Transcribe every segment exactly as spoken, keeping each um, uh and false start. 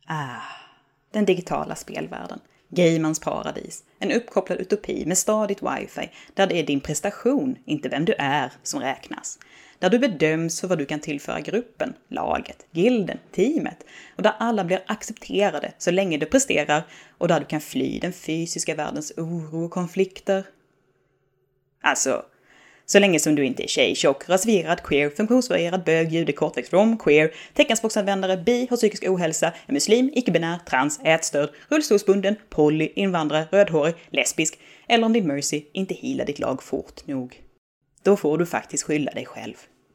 Ah, den digitala spelvärlden. Gamerns paradis. En uppkopplad utopi med stadigt wifi där det är din prestation, inte vem du är, som räknas. Där du bedöms för vad du kan tillföra gruppen, laget, gilden, teamet. Och där alla blir accepterade så länge du presterar och där du kan fly den fysiska världens oro och konflikter. Alltså, så länge som du inte är tjej, tjock, rasifierad, queer, funktionsvarierad, bög, jude, kortväxt, rom, queer, teckenspråksanvändare, bi, har psykisk ohälsa, är muslim, icke-binär, trans, ätstörd, rullstolsbunden, poly, invandrare, rödhårig, lesbisk, eller om din mercy inte healar ditt lag fort nog. Då får du faktiskt skylla dig själv.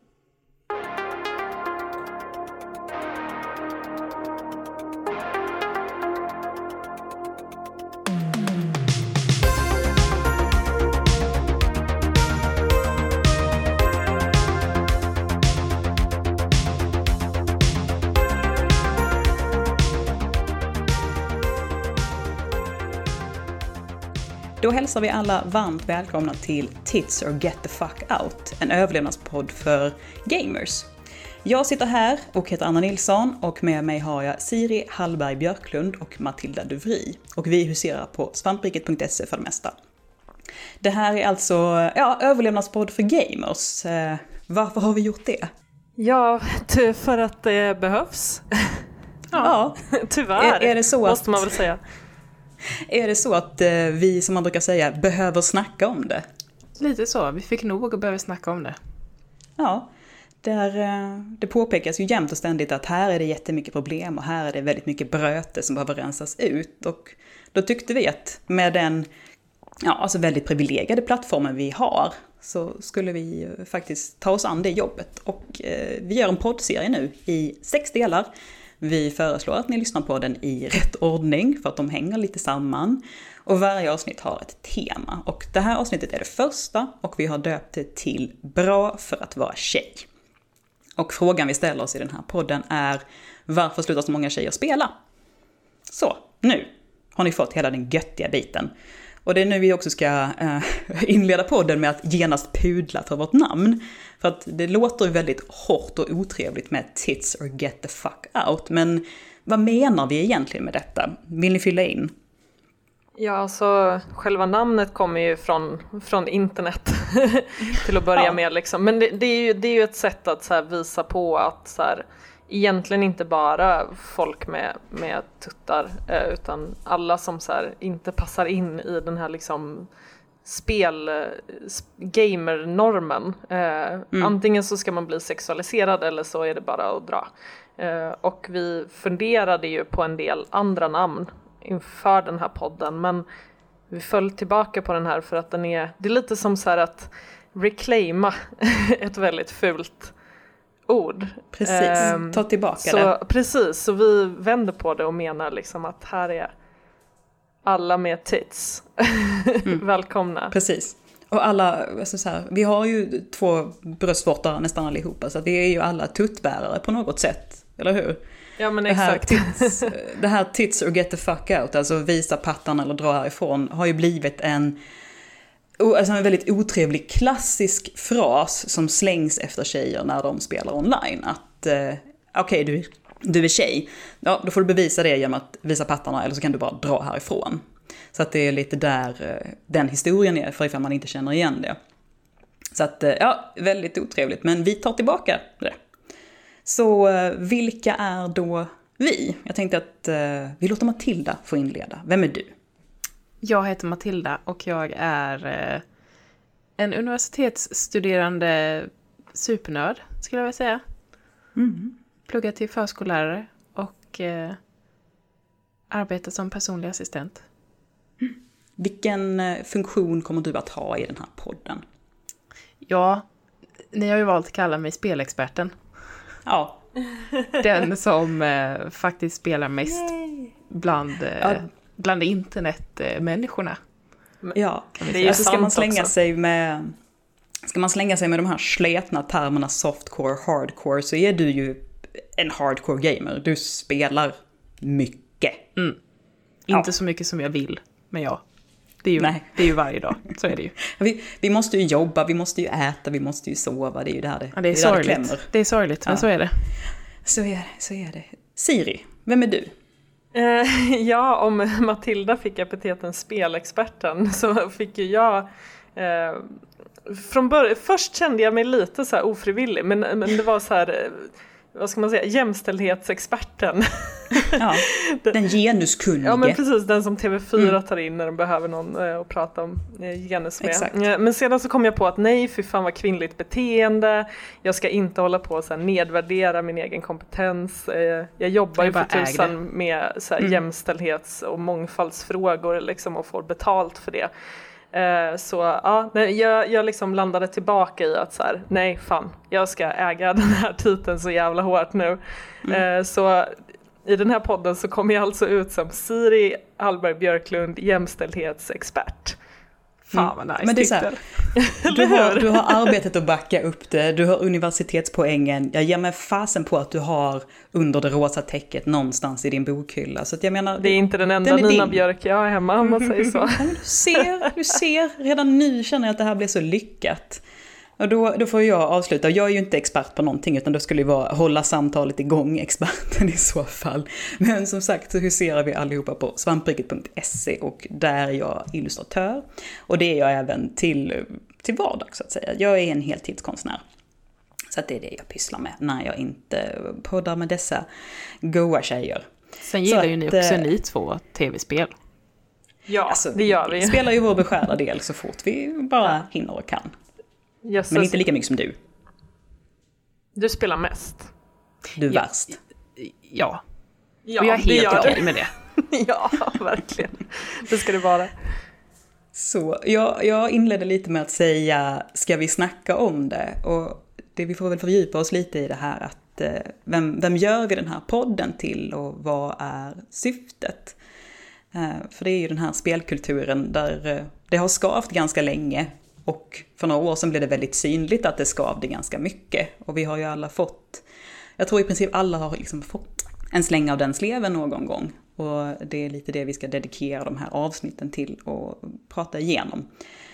Då hälsar vi alla varmt välkomna till Tits or Get the Fuck Out, en överlevnadspodd för gamers. Jag sitter här och heter Anna Nilsson och med mig har jag Siri Hallberg Björklund och Matilda Duvry. Och vi huserar på svampriket punkt se för det mesta. Det här är alltså ja, överlevnadspodd för gamers. Varför har vi gjort det? Ja, för att det behövs. Ja, ja tyvärr, är, är det så måste att... man väl säga. Är det så att eh, vi, som man brukar säga, behöver snacka om det? Lite så, vi fick nog och behöver snacka om det. Ja, där, eh, det påpekas ju jämt och ständigt att här är det jättemycket problem och här är det väldigt mycket bröte som behöver rensas ut. Och då tyckte vi att med den ja, alltså väldigt privilegierade plattformen vi har så skulle vi eh, faktiskt ta oss an det jobbet. Och eh, vi gör en poddserie nu i sex delar. Vi föreslår att ni lyssnar på den i rätt ordning för att de hänger lite samman. Och varje avsnitt har ett tema. Och det här avsnittet är det första och vi har döpt det till Bra för att vara tjej. Och frågan vi ställer oss i den här podden är: varför slutar så många tjejer spela? Så, nu har ni fått hela den göttiga biten. Och det är nu vi också ska äh, inleda podden med att genast pudla för vårt namn. För att det låter ju väldigt hårt och otrevligt med tits or get the fuck out. Men vad menar vi egentligen med detta? Vill ni fylla in? Ja, alltså själva namnet kommer ju från, från internet till att börja ja. med. Liksom. Men det, det, är ju, det är ju ett sätt att så här, visa på att så här, egentligen inte bara folk med, med tuttar eh, utan alla som så här, inte passar in i den här liksom spel gamer-normen. Eh, mm. Antingen så ska man bli sexualiserad eller så är det bara att dra. Eh, och vi funderade ju på en del andra namn inför den här podden, men vi föll tillbaka på den här för att den är, det är lite som så här att reclaima ett väldigt fult ord. Precis, um, ta tillbaka så, det. Precis, så vi vänder på det och menar liksom att här är alla med tits. Mm. Välkomna. Precis. Och alla, alltså så här, vi har ju två bröstvårtor nästan allihopa, så vi är ju alla tuttbärare på något sätt, eller hur? Ja, men det här exakt. Tits, det här tits or get the fuck out, alltså visa pattarna eller dra härifrån, har ju blivit en Alltså en väldigt otrevlig klassisk fras som slängs efter tjejer när de spelar online. Att eh, okej, okay, du, du är tjej. Ja, då får du bevisa det genom att visa pattarna eller så kan du bara dra härifrån. Så att det är lite där eh, den historien är för ifall man inte känner igen det. Så att eh, ja, väldigt otrevligt. Men vi tar tillbaka det. Så eh, vilka är då vi? Jag tänkte att eh, vi låter Matilda få inleda. Vem är du? Jag heter Matilda och jag är eh, en universitetsstuderande supernörd, skulle jag vilja säga. Mm. Pluggar till förskollärare och eh, arbetar som personlig assistent. Mm. Vilken eh, funktion kommer du att ha i den här podden? Ja, ni har ju valt att kalla mig spelexperten. Ja. Den som eh, faktiskt spelar mest Yay. bland... Eh, ja. Bland internetmänniskorna. Ja, det är ju alltså, ska man slänga också. sig med ska man slänga sig med de här sletna termerna softcore, hardcore, så är du ju en hardcore gamer. Du spelar mycket. Mm. Ja. Inte så mycket som jag vill, men ja. Det är ju, Nej. Det är ju varje dag, så är det ju. Vi, vi måste ju jobba, vi måste ju äta, vi måste ju sova. Det är ju där det, ja, det är, det är sorgligt. Det, det är sorgligt, men ja. så är det. Så är det, så är det. Siri, vem är du? Eh, ja, om Matilda fick epiteten spelexperten så fick ju jag... Eh, från början, först kände jag mig lite så här ofrivillig, men, men det var så här... vad ska man säga, jämställdhetsexperten. Ja, den genuskunnige. Ja, men precis, den som T V fyra mm. tar in när de behöver någon eh, att prata om eh, genus med. Exakt. Men sedan så kom jag på att nej, för fan vad kvinnligt beteende. Jag ska inte hålla på och så här, nedvärdera min egen kompetens. Eh, jag jobbar ju för tusan med så här, mm. jämställdhets- och mångfaldsfrågor liksom, och får betalt för det. Så ja, jag, jag liksom landade tillbaka i att så här, nej fan, jag ska äga den här titeln så jävla hårt nu. Mm. Så i den här podden så kommer jag alltså ut som Siri Hallberg Björklund, jämställdhetsexpert. Fan vad nice. Men det är så här, du, har, du har arbetet att backa upp det, du har universitetspoängen. Jag ger mig fasen på att du har under det rosa täcket någonstans i din bokhylla. Så att jag menar, det är inte den enda den Nina din. Björk jag har hemma, om man säger så. Ja, men du ser, du ser, redan nu känner jag att det här blir så lyckat. Och då, då får jag avsluta. Jag är ju inte expert på någonting, utan då skulle det vara hålla samtalet igång, experten i så fall. Men som sagt så huserar vi allihopa på svampriket punkt se, och där är jag illustratör. Och det är jag även till, till vardag så att säga. Jag är en heltidskonstnär. Så att det är det jag pysslar med när jag inte poddar med dessa goa tjejer. Sen gillar så ju ni också ni två tv-spel. Ja, alltså, det gör vi. Vi spelar ju vår beskärda del så fort vi bara ja. hinner och kan. Yes, men inte lika mycket som du. Du spelar mest. Du är ja, värst. Ja. ja. Och jag är helt okej okay med det. Ja, verkligen. Det ska det vara. Så, jag, jag inledde lite med att säga, ska vi snacka om det? Och det, vi får väl fördjupa oss lite i det här att vem, vem gör vi den här podden till och vad är syftet? För det är ju den här spelkulturen där det har skavt ganska länge. Och för några år sedan blev det väldigt synligt att det skavde ganska mycket. Och vi har ju alla fått, jag tror i princip alla har liksom fått en släng av den sleven någon gång. Och det är lite det vi ska dedikera de här avsnitten till och prata igenom.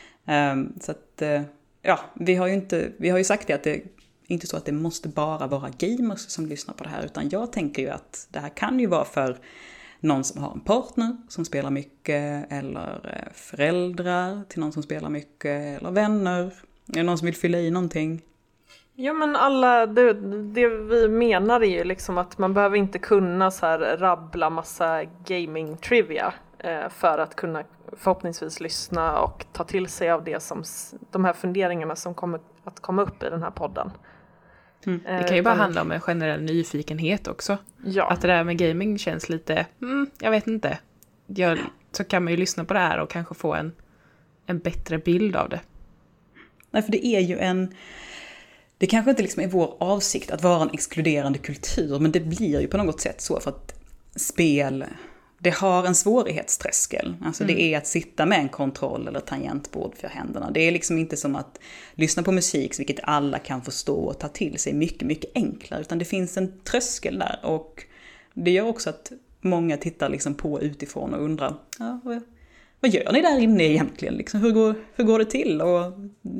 Um, så att, uh, ja, vi har ju inte, vi har ju sagt det att det är inte så att det måste bara vara gamers som lyssnar på det här. Utan jag tänker ju att det här kan ju vara för någon som har en partner som spelar mycket, eller föräldrar till någon som spelar mycket, eller vänner, eller någon som vill fylla i någonting. Ja, men alla, det, det vi menar är ju liksom att man behöver inte kunna så här rabbla massa gaming-trivia eh, för att kunna förhoppningsvis lyssna och ta till sig av det som, de här funderingarna som kommer att komma upp i den här podden. Mm. Det kan ju bara handla om en generell nyfikenhet också. Ja. Att det där med gaming känns lite, mm, jag vet inte. Jag, så kan man ju lyssna på det här och kanske få en, en bättre bild av det. Nej, för det är ju en... Det kanske inte liksom är vår avsikt att vara en exkluderande kultur, men det blir ju på något sätt så för att spel... Det har en svårighetströskel. Alltså mm. det är att sitta med en kontroll eller tangentbord för händerna. Det är liksom inte som att lyssna på musik, vilket alla kan förstå och ta till sig mycket, mycket enklare. Utan det finns en tröskel där. Och det gör också att många tittar liksom på utifrån och undrar, ja, vad, vad gör ni där inne egentligen? Liksom, hur, går, hur går det till? Och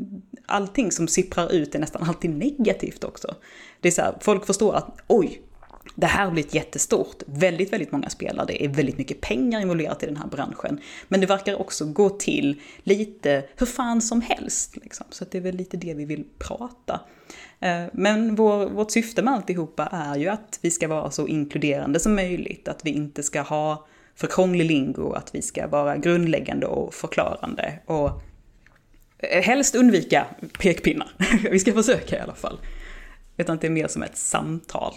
allting som sipprar ut är nästan alltid negativt också. Det är så här, folk förstår att, oj, det här har blivit jättestort. Väldigt, väldigt många spelare. Det är väldigt mycket pengar involverat i den här branschen. Men det verkar också gå till lite hur fan som helst. Liksom. Så att det är väl lite det vi vill prata. Men vår, vårt syfte med alltihopa är ju att vi ska vara så inkluderande som möjligt. Att vi inte ska ha för krånglig lingo. Att vi ska vara grundläggande och förklarande. Och helst undvika pekpinnar. Vi ska försöka i alla fall. Utan att det är mer som ett samtal.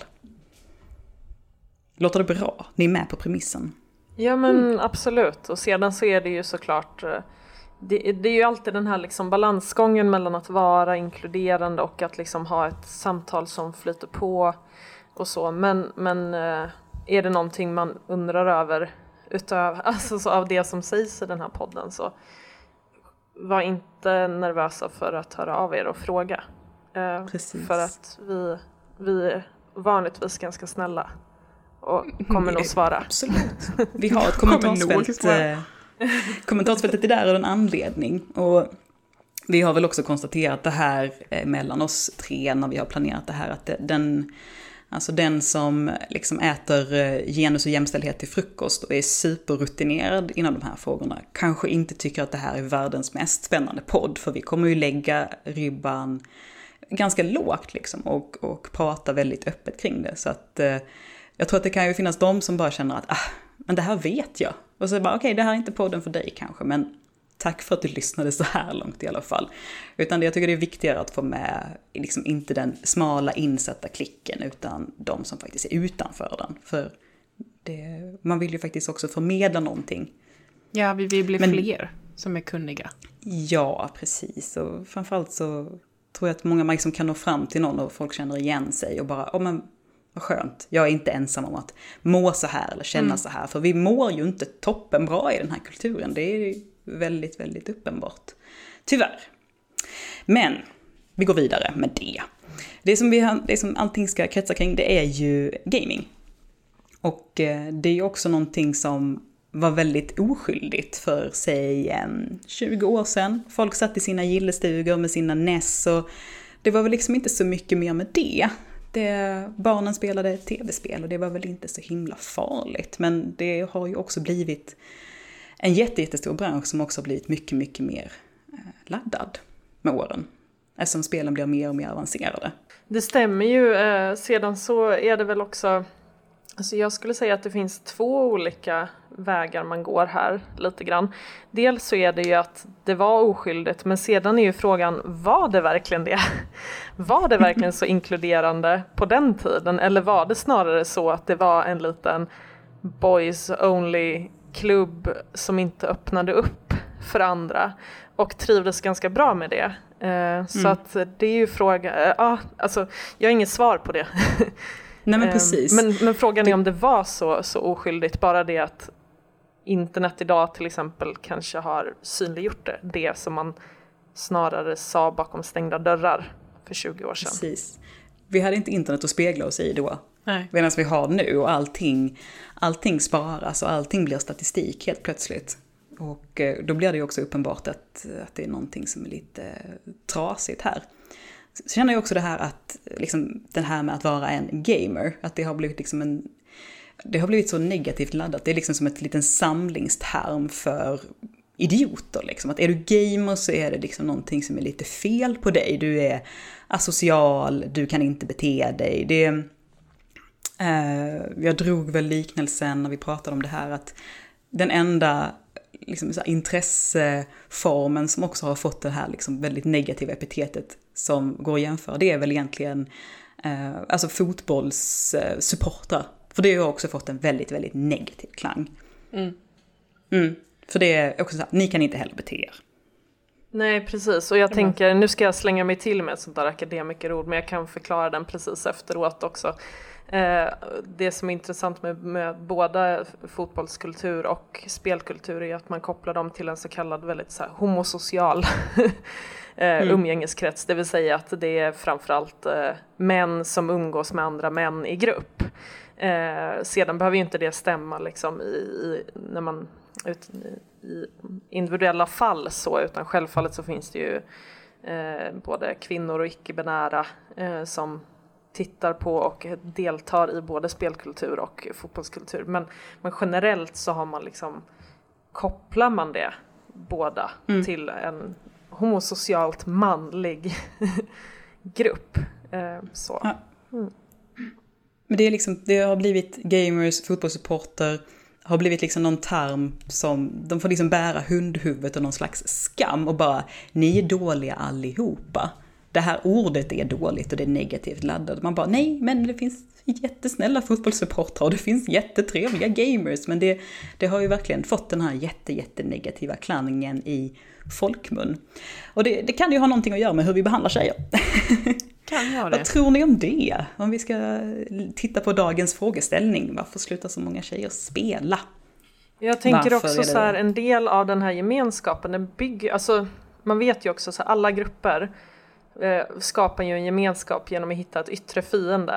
Låter det bra? Ni är med på premissen? Ja, men mm. absolut. Och sedan så är det ju såklart... Det, det är ju alltid den här liksom balansgången mellan att vara inkluderande och att liksom ha ett samtal som flyter på och så. Men, men är det någonting man undrar över utöver, alltså så av det som sägs i den här podden, så var inte nervösa för att höra av er och fråga. Precis. För att vi, vi är vanligtvis ganska snälla. Och kommer nog svara. Absolut. Vi har ett kommentarsfält. Eh, kommentarsfältet är där av en anledning. Och vi har väl också konstaterat det här eh, mellan oss tre när vi har planerat det här. Att det, den, Alltså den som liksom äter genus och jämställdhet till frukost och är superrutinerad inom de här frågorna kanske inte tycker att det här är världens mest spännande podd, för vi kommer ju lägga ribban ganska lågt liksom och, och prata väldigt öppet kring det. Så att eh, jag tror att det kan ju finnas de som bara känner att ah, men det här vet jag. Och så bara okej, okay, det här är inte podden för dig kanske, men tack för att du lyssnade så här långt i alla fall. Utan det, jag tycker det är viktigare att få med liksom inte den smala insatta klicken utan de som faktiskt är utanför den. För det, man vill ju faktiskt också förmedla någonting. Ja, vi vill bli Men, fler som är kunniga. Ja, precis. Och framförallt så tror jag att många liksom kan nå fram till någon och folk känner igen sig och bara, åh men vad skönt, jag är inte ensam om att må så här eller känna mm. så här. För vi mår ju inte toppen bra i den här kulturen, det är ju väldigt, väldigt uppenbart. Tyvärr. Men vi går vidare med det. Det som, vi har, det som allting ska kretsa kring, det är ju gaming. Och eh, det är ju också någonting som var väldigt oskyldigt för sig en tjugo år sedan. Folk satt i sina gillestugor med sina N E S och det var väl liksom inte så mycket mer med det. det barnen spelade tv-spel och det var väl inte så himla farligt. Men det har ju också blivit en jätte, jättestor bransch som också har blivit mycket, mycket mer laddad med åren. Eftersom spelen blir mer och mer avancerade. Det stämmer ju. Eh, sedan så är det väl också... Alltså jag skulle säga att det finns två olika vägar man går här lite grann. Dels så är det ju att det var oskyldigt, men sedan är ju frågan, var det verkligen det? Var det verkligen så inkluderande på den tiden? Eller var det snarare så att det var en liten boys only klubb som inte öppnade upp för andra och trivdes ganska bra med det? Eh, så mm. att det är ju fråga, ja, eh, alltså jag har inget svar på det. Nej, men precis. Men, men frågan är om det var så, så oskyldigt. Bara det att internet idag till exempel kanske har synliggjort det. Det som man snarare sa bakom stängda dörrar för tjugo år sedan. Precis. Vi hade inte internet att spegla oss i då. Medan vi har nu och allting, allting sparas och allting blir statistik helt plötsligt. Och då blir det ju också uppenbart att, att det är någonting som är lite trasigt här. Så känner jag också det här att liksom, den här med att vara en gamer, att det har blivit liksom en, det har blivit så negativt laddat. Det är liksom som ett liten samlingsterm för idioter liksom. Att är du gamer så är det liksom någonting som är lite fel på dig. Du är asocial, du kan inte bete dig. Det eh, jag drog väl liknelsen när vi pratade om det här att den enda liksom, så här, intresseformen som också har fått det här liksom, väldigt negativa epitetet som går att jämföra, det är väl egentligen eh, alltså fotbollssupportrar. Eh, för det har också fått en väldigt, väldigt negativ klang. Mm. Mm. För det är också så här, ni kan inte heller bete er. Nej, precis. Och jag mm. tänker, nu ska jag slänga mig till med ett sånt där akademikerord, men jag kan förklara den precis efteråt också. Eh, det som är intressant med, med både fotbollskultur och spelkultur är att man kopplar dem till en så kallad väldigt så här, homosocial mm. umgängeskrets. Det vill säga att det är framförallt eh, män som umgås med andra män i grupp. Eh, sedan behöver ju inte det stämma liksom, i, i, när man, ut, i, i individuella fall så, utan självfallet så finns det ju eh, både kvinnor och icke-binära eh, som tittar på och deltar i både spelkultur och fotbollskultur. Men, men generellt så har man liksom, kopplar man det båda mm. till en homosocialt manlig grupp. Eh, så. Ja. Mm. Men det är liksom, det har blivit gamers, fotbollssupporter, har blivit liksom någon term som de får liksom bära hundhuvudet och någon slags skam och bara, ni är dåliga allihopa. Det här ordet är dåligt och det är negativt laddat. Man bara, nej, men det finns jättesnälla fotbollssupportrar och det finns jättetrevliga gamers. Men det, det har ju verkligen fått den här jätte, jätte negativa klangen i folkmun. Och det, det kan ju ha någonting att göra med hur vi behandlar tjejer. Kan jag det? Vad tror ni om det? Om vi ska titta på dagens frågeställning. Varför slutar så många tjejer spela? Jag tänker Varför också så här, en del av den här gemenskapen, den bygger, alltså man vet ju också så här, alla grupper skapar ju en gemenskap genom att hitta ett yttre fiende.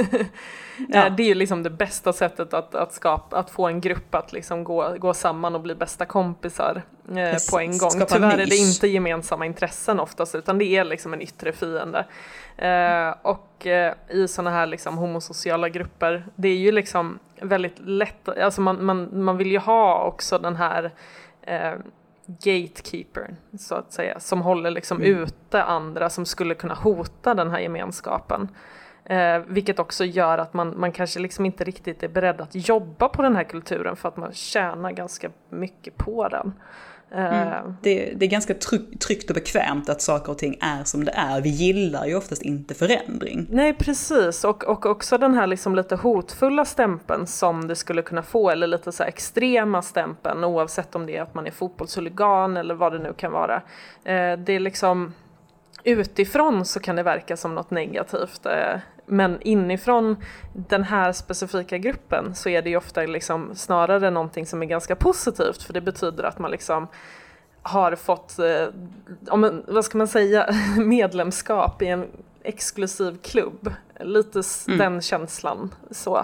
Ja. Det är ju liksom det bästa sättet att, att, skapa, att få en grupp att liksom gå, gå samman och bli bästa kompisar eh, på en gång. Skapa Tyvärr mys. är det inte gemensamma intressen oftast, utan det är liksom en yttre fiende. Eh, och eh, i såna här liksom homosociala grupper, det är ju liksom väldigt lätt, alltså man, man, man vill ju ha också den här eh, gatekeeper, så att säga, som håller liksom mm. ute andra som skulle kunna hota den här gemenskapen. Eh, vilket också gör att man, man kanske liksom inte riktigt är beredd att jobba på den här kulturen för att man tjänar ganska mycket på den. Mm. Det, det är ganska tryck, tryggt och bekvämt att saker och ting är som det är. Vi gillar ju oftast inte förändring. Nej, precis. Och, och också den här liksom lite hotfulla stämpeln som det skulle kunna få, eller lite så här extrema stämpeln, oavsett om det är att man är fotbollshuligan eller vad det nu kan vara. Eh, det är liksom utifrån så kan det verka som något negativt. Eh, men inifrån den här specifika gruppen så är det ju ofta liksom snarare någonting som är ganska positivt, för det betyder att man liksom har fått, eh, om, vad ska man säga, medlemskap i en exklusiv klubb. Lite mm. den känslan så.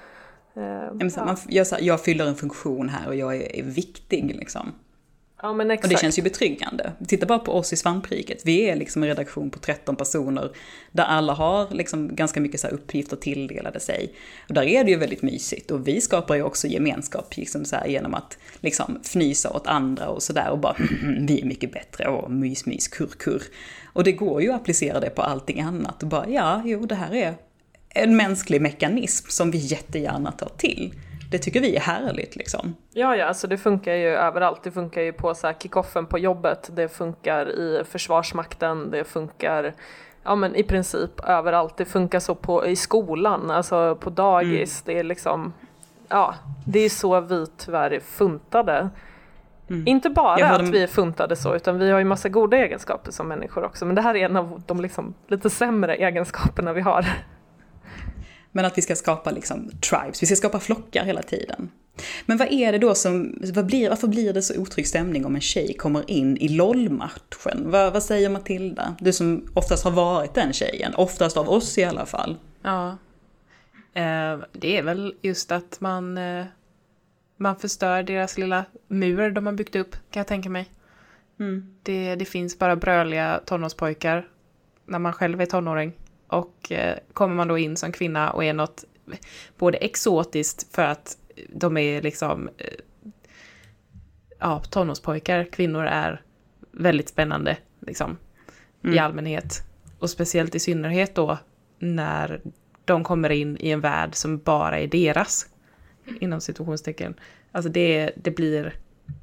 Eh, ja. man, jag, jag fyller en funktion här och jag är, är viktig liksom. Ja, men exakt. Och det känns ju betryggande. Titta bara på oss i Svampriket. Vi är liksom en redaktion på tretton personer där alla har liksom ganska mycket så här uppgifter tilldelade sig. Och där är det ju väldigt mysigt. Och vi skapar ju också gemenskap liksom så här, genom att liksom fnysa åt andra och sådär. Och bara, vi är mycket bättre. Och mys, mys, kurr, kurr. Och det går ju att applicera det på allting annat. Och bara, ja, jo, det här är en mänsklig mekanism som vi jättegärna tar till. Det tycker vi är härligt liksom. Ja, ja, alltså det funkar ju överallt. Det funkar ju på så här kickoffen på jobbet. Det funkar i försvarsmakten. Det funkar ja, men i princip överallt. Det funkar så på, i skolan, alltså på dagis. Mm. Det är liksom, ja, det är så vi tyvärr är funtade. Mm. Inte bara att vi är funtade så, utan vi har ju massa goda egenskaper som människor också. Men det här är en av de liksom lite sämre egenskaperna vi har. Men att vi ska skapa liksom tribes, vi ska skapa flockar hela tiden. Men vad är det då som, vad blir, varför blir det så otrygg stämning om en tjej kommer in i LOL-matchen? Vad, vad säger Matilda? Du som oftast har varit den tjejen, oftast av oss i alla fall. Ja, eh, det är väl just att man, eh, man förstör deras lilla mur de har byggt upp, kan jag tänka mig. Mm. Det, det finns bara bröliga tonårspojkar när man själv är tonåring. Och eh, kommer man då in som kvinna och är något både exotiskt för att de är liksom eh, ja, tonårspojkar, kvinnor är väldigt spännande liksom mm. i allmänhet. Och speciellt i synnerhet då när de kommer in i en värld som bara är deras, inom situationstecken. Alltså det, det blir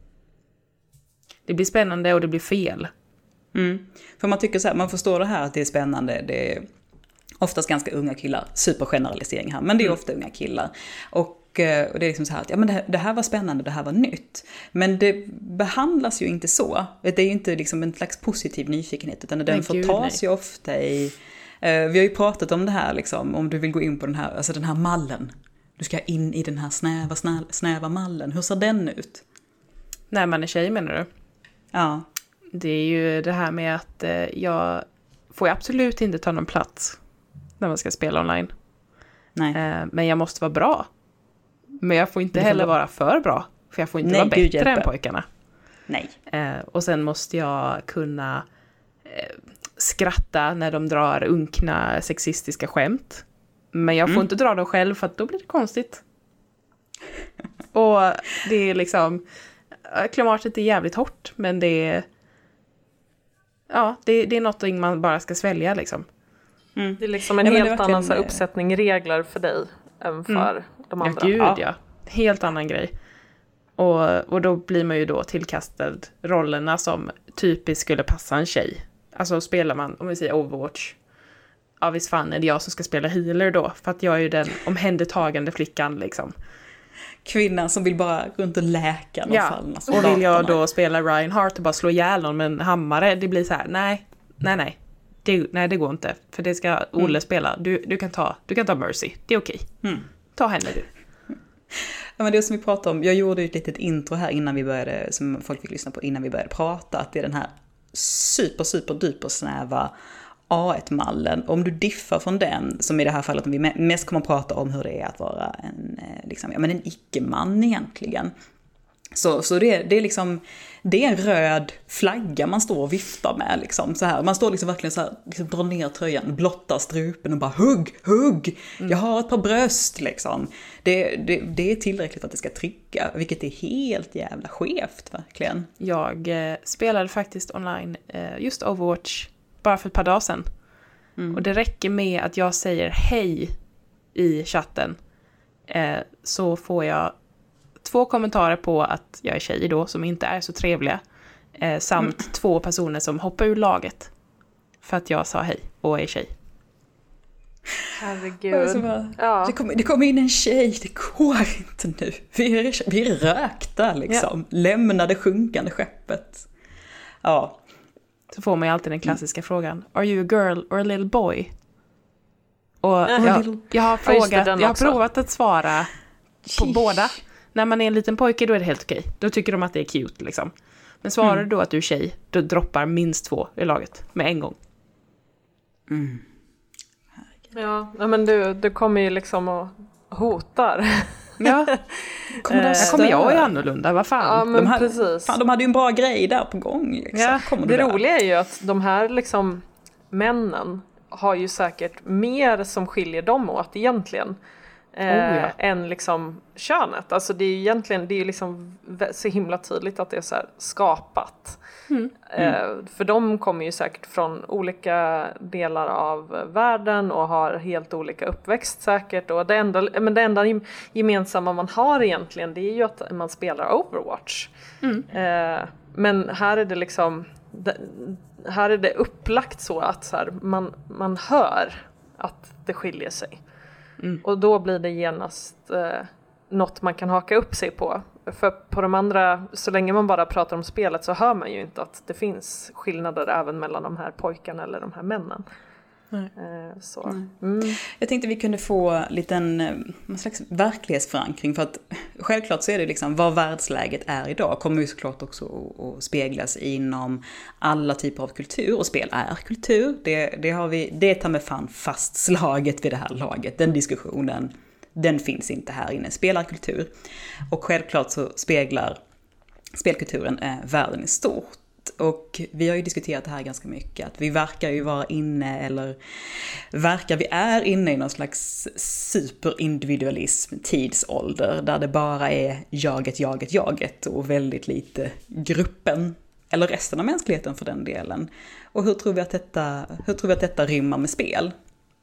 det blir spännande och det blir fel. Mm. För man tycker så här, man förstår det här att det är spännande, det är oftast ganska unga killar, supergeneralisering här, men det är ofta unga killar. Och, och det är liksom så här att ja, men det, det här var spännande, det här var nytt. Men det behandlas ju inte så. Det är ju inte liksom en slags positiv nyfikenhet, utan den förtas ju ofta i... Uh, vi har ju pratat om det här, liksom, om du vill gå in på den här, alltså den här mallen. Du ska in i den här snäva, snäva, snäva mallen. Hur ser den ut? När man är tjej, menar du? Ja. Det är ju det här med att eh, jag får absolut inte ta någon plats när man ska spela online. Nej. Eh, men jag måste vara bra. Men jag får inte heller vara... vara för bra. För jag får inte Nej, vara bättre hjälper. än pojkarna. Nej. Eh, och sen måste jag kunna eh, skratta när de drar unkna sexistiska skämt. Men jag får mm. inte dra dem själv, för att då blir det konstigt. Och det är liksom... Klimatet är jävligt hårt, men det är... Ja, det, det är något man bara ska svälja liksom. Mm. Det är liksom en ja, helt verkligen... annan så här, uppsättning regler för dig än för mm. de andra. Ja, gud ja. ja. Helt annan grej. Och, och då blir man ju då tillkastad rollerna som typiskt skulle passa en tjej. Alltså spelar man, om vi säger Overwatch. Ja, visst fan är det jag som ska spela healer då. För att jag är ju den omhändertagande flickan liksom. Kvinnan som vill bara gå runt och läka de ja. fallna. Och vill jag då spela Reinhardt och bara slå ihjäl någon med en hammare, det blir så här, nej, nej, nej. Det, nej, det går inte. För det ska Olle mm. spela. Du, du, kan ta, du kan ta Mercy, det är okej. Mm. Ta henne du. Ja, men det som vi pratade om, jag gjorde ett litet intro här innan vi började, som folk fick lyssna på innan vi började prata, att det är den här super, super, duper snäva A ett-mallen, om du diffar från den, som i det här fallet om vi mest kommer att prata om hur det är att vara en, liksom, ja, men en icke-man egentligen. Så, så det, det är liksom, det är en röd flagga man står och viftar med liksom, så här. Man står liksom verkligen så här, liksom drar ner tröjan, blottar strupen och bara hugg, hugg, mm. jag har ett par bröst liksom. Det, det, det är tillräckligt för att det ska trycka, vilket är helt jävla skevt verkligen. Jag eh, spelade faktiskt online eh, just Overwatch bara för ett par dagar sedan. Mm. Och det räcker med att jag säger hej i chatten, eh, så får jag två kommentarer på att jag är tjej då, som inte är så trevliga. Eh, samt mm. två personer som hoppar ur laget för att jag sa hej och är tjej. Herregud. Bara, ja. det, kommer, det kommer in en tjej, det går inte nu. Vi är, vi är rökta liksom. Ja. Lämna det sjunkande skeppet. Ja. Så får man ju alltid den klassiska mm. frågan. Are you a girl or a little boy? Och jag, jag har frågat, ja, jag har provat att svara på Sheesh. båda. När man är en liten pojke då är det helt okej. Då tycker de att det är cute liksom. Men svarar mm. du då att du är tjej, då droppar minst två i laget med en gång. Mm. Ja, men du, du kommer ju liksom och hotar. Ja, kommer där kommer jag är annorlunda, vad fan. Ja, men de, hade, precis. Fan, de hade ju en bra grej där på gång. Liksom. Ja, det roliga är ju att de här liksom männen har ju säkert mer som skiljer dem åt egentligen. Eh, oh, ja. Än liksom könet. Alltså det är ju egentligen, det är ju liksom så himla tydligt att det är så här skapat. Mm. Eh, mm. För de kommer ju säkert från olika delar av världen och har helt olika uppväxt säkert. Och det enda, men det enda gemensamma man har egentligen, det är ju att man spelar Overwatch. Mm. Eh, men här är det liksom, det, här är det upplagt så att så här, man, man hör att det skiljer sig. Mm. Och då blir det genast eh, något man kan haka upp sig på. För på de andra, så länge man bara pratar om spelet så hör man ju inte att det finns skillnader även mellan de här pojkarna eller de här männen. Nej. Eh, så. Nej. Mm. Jag tänkte vi kunde få liten en slags verklighetsförankring, för att självklart så är det liksom vad världsläget är idag kommer ju såklart också att speglas inom alla typer av kultur, och spel är kultur. Det, det har vi, det tar med fan fastslaget vid det här laget. Den diskussionen, den finns inte här inne. Spelarkultur. Och självklart så speglar spelkulturen eh, världen i stort. Och vi har ju diskuterat det här ganska mycket, att vi verkar ju vara inne, eller verkar vi är inne i någon slags superindividualism, tidsålder, där det bara är jaget, jaget, jaget och väldigt lite gruppen, eller resten av mänskligheten för den delen. Och hur tror vi att detta, hur tror vi att detta rimmar med spel?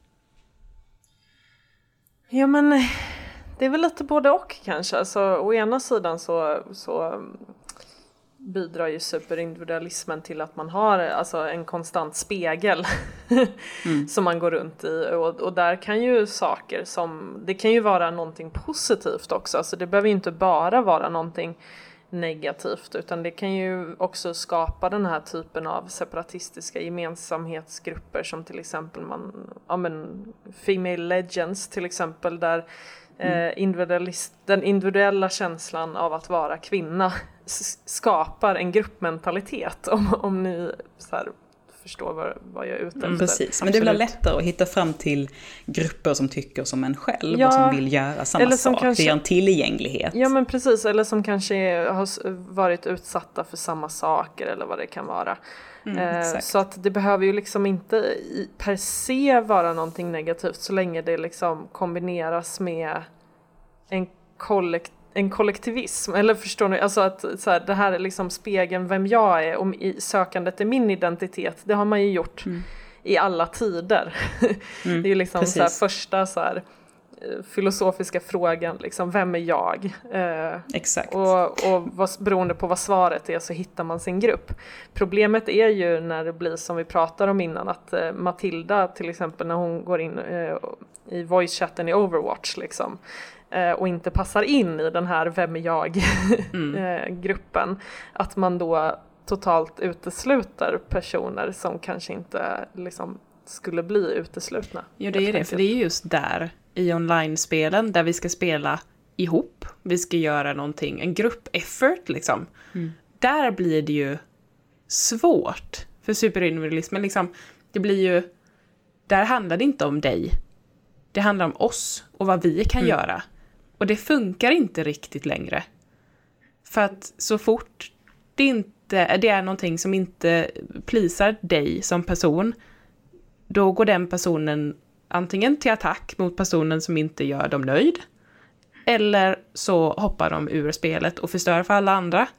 Ja, men det är väl lite både och kanske. Alltså, å ena sidan så... så bidrar ju superindividualismen till att man har alltså en konstant spegel mm. som man går runt i, och, och där kan ju saker som, det kan ju vara någonting positivt också, alltså det behöver ju inte bara vara någonting negativt, utan det kan ju också skapa den här typen av separatistiska gemensamhetsgrupper som till exempel man, ja men Female Legends till exempel, där Mm. Individualist, den individuella känslan av att vara kvinna s- skapar en gruppmentalitet, om, om ni så här, förstår vad, vad jag är ute efter. Mm, precis, men det blir lättare att hitta fram till grupper som tycker som en själv, ja, och som vill göra samma sak. Kanske, det är en tillgänglighet. Ja, men precis, eller som kanske har varit utsatta för samma saker eller vad det kan vara. Mm, eh, så att det behöver ju liksom inte i, per se vara någonting negativt, så länge det liksom kombineras med en, kollekt, en kollektivism, eller förstår ni, alltså att så här, det här är liksom spegeln vem jag är, om i sökandet är min identitet, det har man ju gjort mm. i alla tider. Mm, det är ju liksom så här, första så här, filosofiska frågan, liksom, vem är jag? Eh, Exakt. Och, och vad, beroende på vad svaret är så hittar man sin grupp. Problemet är ju när det blir som vi pratade om innan, att eh, Matilda till exempel, när hon går in eh, i voice-chatten i Overwatch liksom, eh, och inte passar in i den här vem är jag mm. eh, gruppen, att man då totalt utesluter personer som kanske inte liksom skulle bli uteslutna. Jo, det är det, för det är just där i online-spelen där vi ska spela ihop. Vi ska göra någonting, en grupp-effort liksom. Mm. Där blir det ju svårt för superindividualismen. Liksom, det blir ju där handlar det inte om dig. Det handlar om oss och vad vi kan mm. göra. Och det funkar inte riktigt längre. För att så fort det, inte, det är någonting som inte plisar dig som person, då går den personen antingen till attack mot personen som inte gör dem nöjd, eller så hoppar de ur spelet och förstör för alla andra.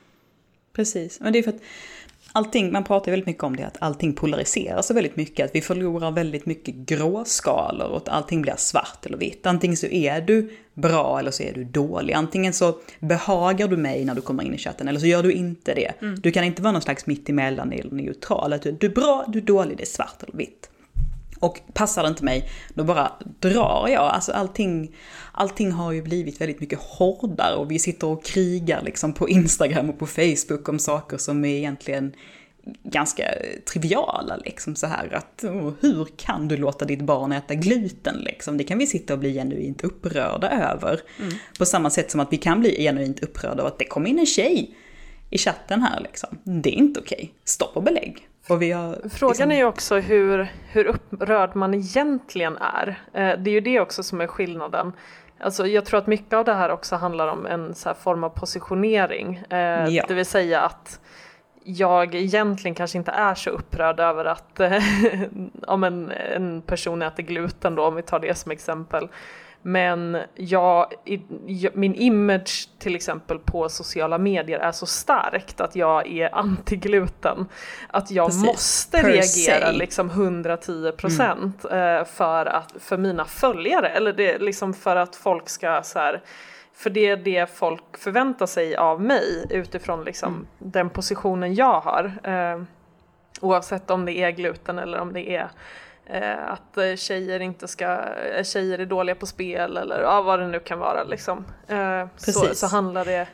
Precis, men det är för att allting, man pratar väldigt mycket om det, att allting polariseras så väldigt mycket, att vi förlorar väldigt mycket gråskalor och att allting blir svart eller vitt. Antingen så är du bra eller så är du dålig. Antingen så behagar du mig när du kommer in i chatten eller så gör du inte det. Mm. Du kan inte vara någon slags mitt emellan eller neutral. Att du, du är bra, du är dålig, det är svart eller vitt. Och passar det inte mig, då bara drar jag. Alltså allting, allting har ju blivit väldigt mycket hårdare och vi sitter och krigar liksom på Instagram och på Facebook om saker som är egentligen ganska triviala. Liksom så här att, oh, hur kan du låta ditt barn äta gluten? Liksom? Det kan vi sitta och bli genuint upprörda över. Mm. På samma sätt som att vi kan bli genuint upprörda över att det kom in en tjej i chatten här. Liksom. Det är inte okej. Stopp och belägg. Och vi har, Frågan liksom... är ju också hur, hur upprörd man egentligen är. Eh, det är ju det också som är skillnaden. Alltså, jag tror att mycket av det här också handlar om en så här form av positionering. Eh, ja. Det vill säga att jag egentligen kanske inte är så upprörd över att eh, om en, en person äter gluten då, om vi tar det som exempel. Men jag, min image till exempel på sociala medier är så starkt att jag är anti-gluten. Att jag Precis. måste per reagera se. liksom hundratio procent mm. för, att, för mina följare. Eller det, liksom för att folk ska så här, för det är det folk förväntar sig av mig utifrån liksom mm. den positionen jag har. Eh, oavsett om det är gluten eller om det är Eh, att tjejer inte ska tjejer är dåliga på spel eller ja, vad det nu kan vara liksom. eh, så, så handlar det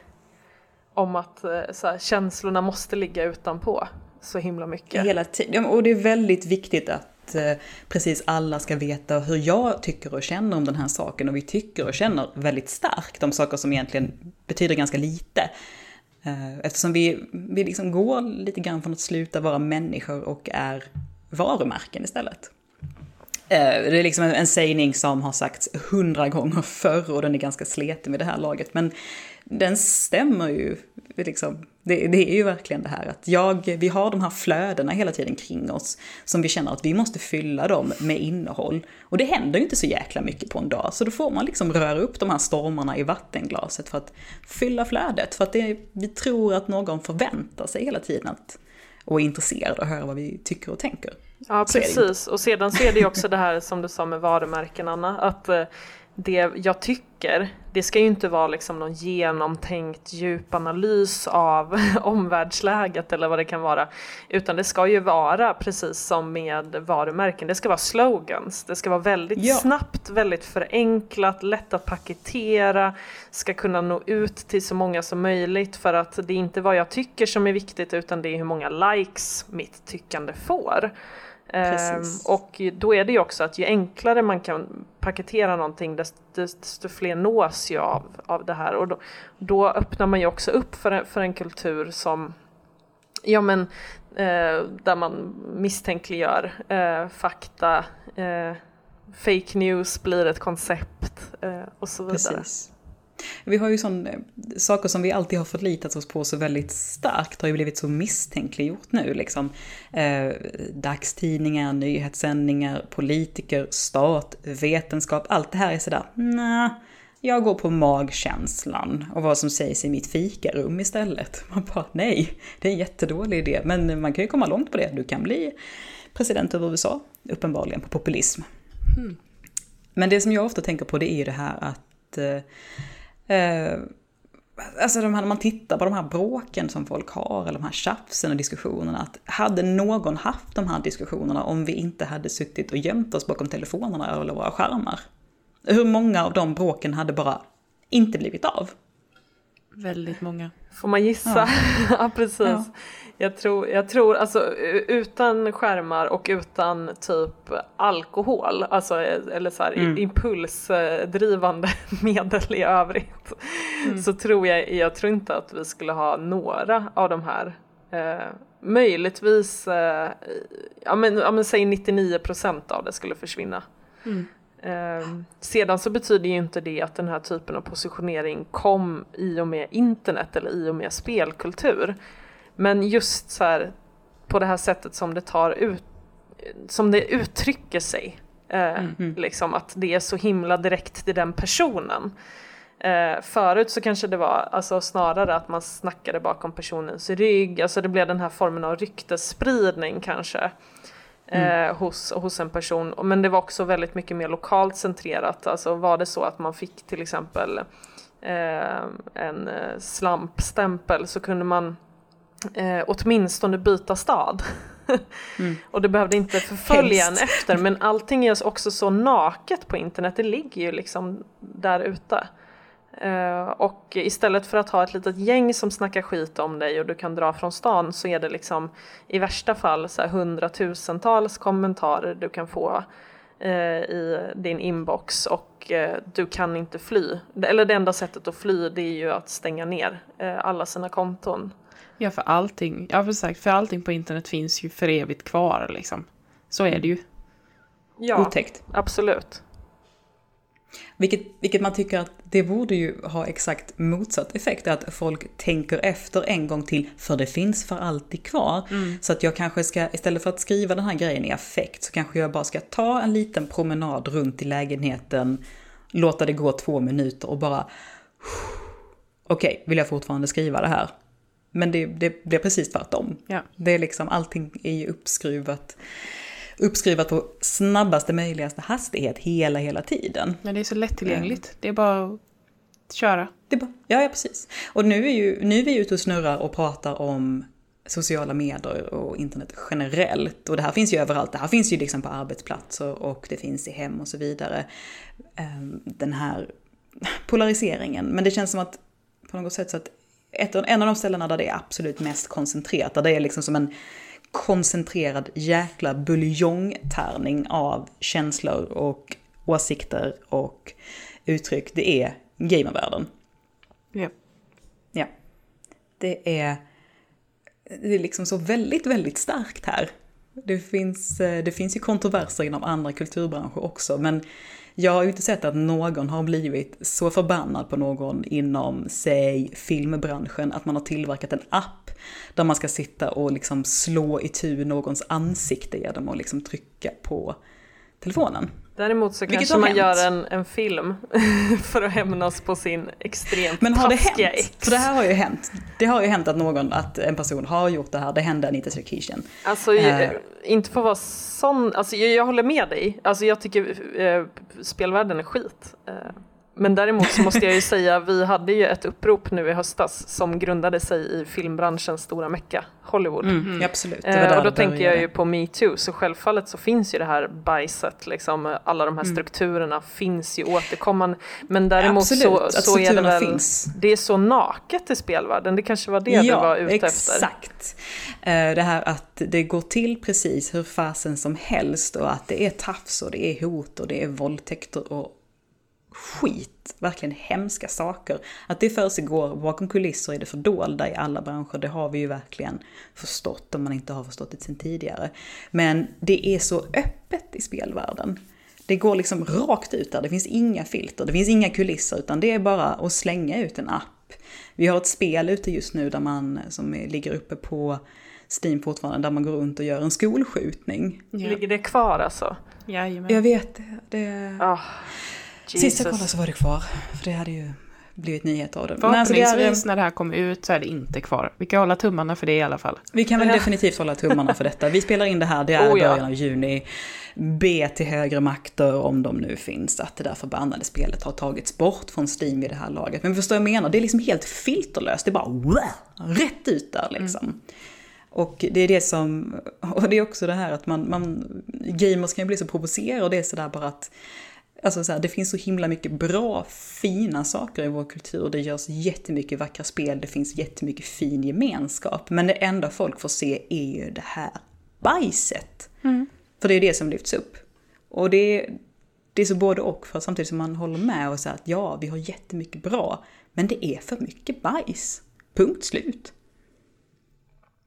om att eh, så här, känslorna måste ligga utanpå så himla mycket hela tiden. Och det är väldigt viktigt att eh, precis alla ska veta hur jag tycker och känner om den här saken, och vi tycker och känner väldigt starkt om saker som egentligen betyder ganska lite. eh, eftersom vi, vi liksom går lite grann från att sluta vara människor och är varumärken istället. Det är liksom en sägning som har sagts hundra gånger förr och den är ganska sleten med det här laget. Men den stämmer ju. Liksom, det, det är ju verkligen det här att jag, vi har de här flödena hela tiden kring oss som vi känner att vi måste fylla dem med innehåll. Och det händer ju inte så jäkla mycket på en dag. Så då får man liksom röra upp de här stormarna i vattenglaset för att fylla flödet. För att det, vi tror att någon förväntar sig hela tiden att, och är intresserad och höra vad vi tycker och tänker. Ja, precis. Och sedan så är det ju också det här som du sa med varumärken, Anna, att det jag tycker, det ska ju inte vara liksom någon genomtänkt djupanalys av omvärldsläget eller vad det kan vara, utan det ska ju vara precis som med varumärken, det ska vara slogans, det ska vara väldigt ja. snabbt, väldigt förenklat, lätt att paketera, ska kunna nå ut till så många som möjligt, för att det är inte vad jag tycker som är viktigt, utan det är hur många likes mitt tyckande får. Um, och då är det ju också att ju enklare man kan paketera någonting, desto, desto fler nås ju av, av det här, och då, då öppnar man ju också upp för en, för en kultur som ja men eh, där man misstänkliggör eh, fakta, eh, fake news blir ett koncept eh, och så vidare. Precis. Vi har ju sån, saker som vi alltid har förlitat oss på så väldigt starkt har ju blivit så misstänkliggjort nu. Liksom. Eh, dagstidningar, nyhetssändningar, politiker, stat, vetenskap, allt det här är sådär, nej, jag går på magkänslan och vad som sägs i mitt fikarum istället. Man bara, nej, det är en jättedålig idé, men man kan ju komma långt på det. Du kan bli president över U S A, uppenbarligen på populism. Mm. Men det som jag ofta tänker på, det är ju det här att Eh, alltså de här, när man tittar på de här bråken som folk har, eller de här tjafsen och diskussionerna, att hade någon haft de här diskussionerna om vi inte hade suttit och gömt oss bakom telefonerna eller våra skärmar? Hur många av de bråken hade bara inte blivit av? Väldigt många. Får man gissa? Ja, ja precis. Ja. Jag tror, jag tror alltså utan skärmar och utan typ alkohol, alltså eller så här mm. impulsdrivande medel i övrigt, mm. så tror jag, jag tror inte att vi skulle ha några av de här eh, möjligtvis, eh, ja, men, ja men säg nittionio procent av det skulle försvinna. Mm. Eh, sedan så betyder ju inte det att den här typen av positionering kom i och med internet eller i och med spelkultur. Men just så här, på det här sättet som det tar ut, som det uttrycker sig. Eh, mm. Liksom att det är så himla direkt till den personen. Eh, förut så kanske det var alltså, snarare att man snackade bakom personens rygg. Alltså det blev den här formen av ryktesspridning kanske. Eh, mm. hos, hos en person. Men det var också väldigt mycket mer lokalt centrerat. Alltså var det så att man fick till exempel eh, en slampstämpel, så kunde man eh, åtminstone byta stad. Mm. Och det behövde inte förfölja en efter. Men allting är också så naket på internet. Det ligger ju liksom där ute. Uh, och istället för att ha ett litet gäng som snackar skit om dig och du kan dra från stan, så är det liksom i värsta fall så här hundratusentals kommentarer du kan få uh, i din inbox, och uh, du kan inte fly. Eller det enda sättet att fly, det är ju att stänga ner uh, alla sina konton. Ja, för allting, ja, för sagt, för allting på internet finns ju för evigt kvar liksom. Så är det ju. Ja, otäckt. Absolut. Vilket, vilket man tycker att det borde ju ha exakt motsatt effekt, att folk tänker efter en gång till, för det finns för alltid kvar. Mm. Så att jag kanske ska, istället för att skriva den här grejen i affekt, så kanske jag bara ska ta en liten promenad runt i lägenheten, låta det gå två minuter och bara, okej, okay, vill jag fortfarande skriva det här? Men det, det blir precis tvärtom. Ja. Det är liksom, allting är ju uppskruvat. uppskrivat på snabbaste möjligaste hastighet hela, hela tiden. Ja, det är så lättillgängligt. Mm. Det är bara att köra. Det är bara, ja, ja, precis. Och nu är, ju, nu är vi ute och snurrar och pratar om sociala medier och internet generellt. Och det här finns ju överallt. Det här finns ju liksom på arbetsplatser och det finns i hem och så vidare. Den här polariseringen. Men det känns som att på något sätt så att ett, en av de ställena där det är absolut mest koncentrerat, där det är liksom som en koncentrerad jäkla buljongtärning av känslor och åsikter och uttryck, det är gamervärlden. Ja. Ja. Det är det är liksom så väldigt, väldigt starkt här. Det finns, det finns ju kontroverser inom andra kulturbranscher också, men jag har ju inte sett att någon har blivit så förbannad på någon inom, säg, filmbranschen, att man har tillverkat en app där man ska sitta och liksom slå itu någons ansikte genom att liksom trycka på telefonen. Däremot så Vilket kanske man hänt. gör en, en film för att hämnas på sin extremt Men har det hänt? Ex. För det här har ju hänt. Det har ju hänt att någon, att en person har gjort det här. Det hände Anita Sarkeesian. Alltså, uh, inte för att vara sån. Alltså, jag, jag håller med dig. Alltså, jag tycker uh, spelvärlden är skit. Uh, men däremot så måste jag ju säga, vi hade ju ett upprop nu i höstas som grundade sig i filmbranschens stora mecka, Hollywood. Mm, mm. Absolut. Det var där och då tänker jag ju på Me Too, så självfallet så finns ju det här bajset, liksom, alla de här mm. strukturerna finns ju återkommande. Men däremot så, så är det väl, finns. Det är så naket i spelvärlden, det kanske var det ja, du var ute exakt. efter. Exakt. Det här att det går till precis hur fasen som helst, och att det är tafs och det är hot och det är våldtäkter och skit, verkligen hemska saker. Att det för sig går bakom kulisser är det fördolda i alla branscher, det har vi ju verkligen förstått om man inte har förstått det sedan tidigare. Men det är så öppet i spelvärlden. Det går liksom rakt ut där, det finns inga filter, det finns inga kulisser, utan det är bara att slänga ut en app. Vi har ett spel ute just nu där man, som ligger uppe på Steam fortfarande, där man går runt och gör en skolskjutning. Ja. Ligger det kvar alltså? Jajamän. Jag vet det. det... Oh. Sista kollade så var det kvar, för det hade ju blivit nyheter av det. Förhoppningsvis det är... när det här kommer ut så är det inte kvar. Vi kan hålla tummarna för det i alla fall. Vi kan väl definitivt hålla tummarna för detta. Vi spelar in det här, det är oh, ja. början av juni. Be till högre makter, om de nu finns, att det där förbannade spelet har tagits bort från Steam vid det här laget. Men förstår jag menar, det är liksom helt filterlöst. Det är bara wow, rätt ut där liksom. Mm. Och det är det som, och det är också det här att man, man gamers kan ju bli så provocerade, och det är sådär bara att alltså så här, det finns så himla mycket bra, fina saker i vår kultur. Det görs jättemycket vackra spel, det finns jättemycket fin gemenskap. Men det enda folk får se är ju det här bajset. Mm. För det är det som lyfts upp. Och det är, det är så både och, för samtidigt som man håller med och säger att ja, vi har jättemycket bra. Men det är för mycket bajs. Punkt slut.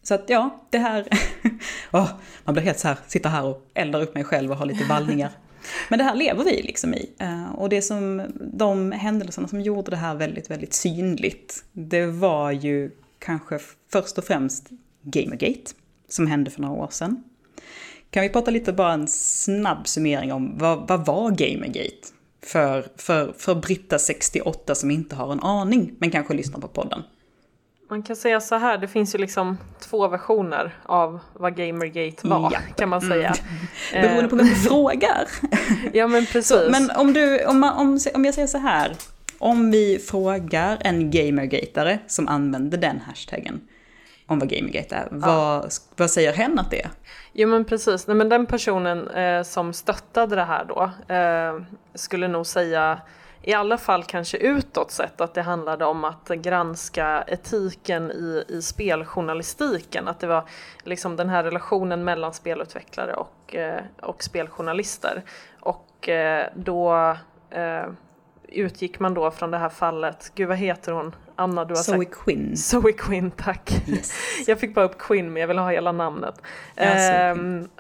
Så att ja, det här, oh, man blir helt så här, sitter här och eldar upp mig själv och har lite vallningar. Men det här lever vi liksom i. Och det som, de händelserna som gjorde det här väldigt, väldigt synligt, det var ju kanske först och främst Gamergate, som hände för några år sedan. Kan vi prata lite, bara en snabb summering om vad, vad var Gamergate? För, för, för Britta sextioåtta som inte har en aning, men kanske lyssnar på podden. Man kan säga så här, det finns ju liksom två versioner av vad Gamergate var, ja. kan man säga. Mm. Beroende på vem du frågar. Ja, men precis. Så, men om, du, om, man, om, om jag säger så här, om vi frågar en gamergatare som använder den hashtaggen om vad Gamergate är, ja. vad, vad säger hen att det är? Jo, men precis. Nej, men den personen eh, som stöttade det här då eh, skulle nog säga, i alla fall kanske utåt sett, att det handlade om att granska etiken i, i speljournalistiken. Att det var liksom den här relationen mellan spelutvecklare och, eh, och speljournalister. Och eh, då eh, utgick man då från det här fallet, gud vad heter hon? Anna, du har Zoe sagt... Quinn. Zoe Quinn, tack. Yes. Jag fick bara upp Quinn, men jag vill ha hela namnet. Ja, eh,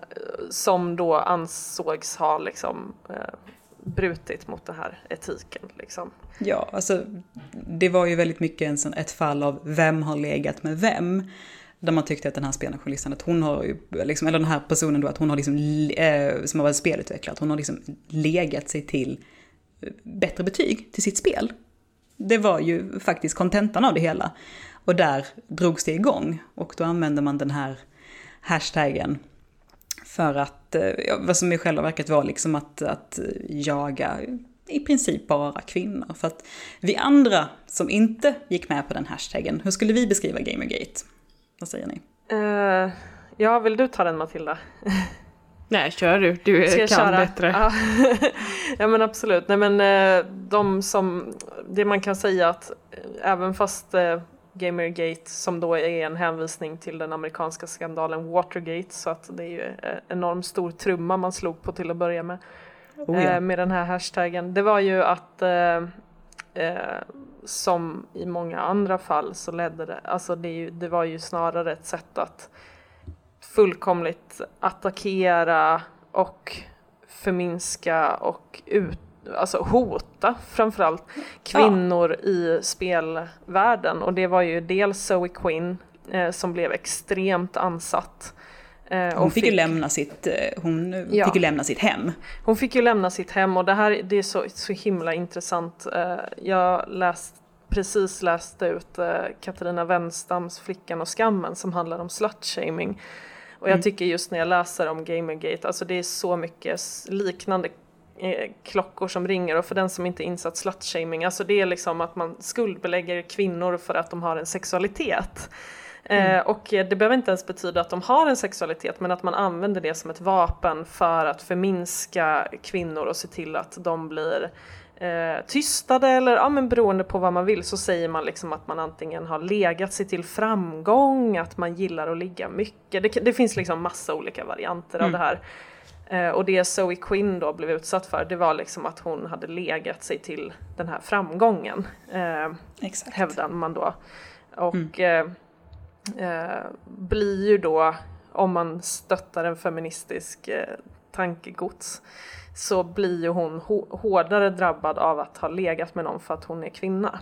som då ansågs ha liksom... Eh, brutit mot det här etiken liksom. Ja, alltså det var ju väldigt mycket en sån, ett fall av vem har legat med vem, där man tyckte att den här spelarjournalisten, att hon har ju liksom, eller den här personen då, att hon har liksom eh, som har varit spelutvecklare, att hon har liksom legat sig till bättre betyg till sitt spel. Det var ju faktiskt kontentan av det hela, och där drogs det igång, och då använde man den här hashtaggen för att, ja, vad som i själva verket var liksom att, att jaga i princip bara kvinnor. För att vi andra som inte gick med på den hashtaggen, hur skulle vi beskriva Gamergate? Vad säger ni? Uh, ja, vill du ta den, Matilda? Nej, kör du. Du Ska jag kan köra? bättre. Ja. Ja, men absolut. Nej, men de som, det man kan säga att även fast Gamergate, som då är en hänvisning till den amerikanska skandalen Watergate, så att det är ju en enormt stor trumma man slog på till att börja med, oh ja. med den här hashtaggen. Det var ju att eh, eh, som i många andra fall så ledde det, alltså det, är ju, det var ju snarare ett sätt att fullkomligt attackera och förminska och ut, alltså hota framförallt kvinnor ja. i spelvärlden. Och det var ju dels Zoe Quinn eh, som blev extremt ansatt. Eh, hon fick, fick ju lämna sitt, hon ja. fick ju lämna sitt hem. Hon fick ju lämna sitt hem, och det här det är så, så himla intressant. Eh, jag läst, precis läste ut eh, Katarina Wenstams Flickan och skammen, som handlar om slutshaming. Och jag tycker just när jag läser om Gamergate, alltså det är så mycket liknande eh, klockor som ringer. Och för den som inte insatt slutshaming, alltså det är liksom att man skuldbelägger kvinnor för att de har en sexualitet. Mm. Eh, och det behöver inte ens betyda att de har en sexualitet, men att man använder det som ett vapen för att förminska kvinnor och se till att de blir eh, tystade, eller ja, men beroende på vad man vill, så säger man liksom att man antingen har legat sig till framgång, att man gillar att ligga mycket. Det, det finns liksom massa olika varianter mm. av det här. Eh, och det Zoe Quinn då blev utsatt för, det var liksom att hon hade legat sig till den här framgången. Eh, Exakt. Hävdar man då. Och mm. eh, eh, blir ju då, om man stöttar en feministisk eh, tankegods, så blir ju hon h- hårdare drabbad av att ha legat med någon för att hon är kvinna.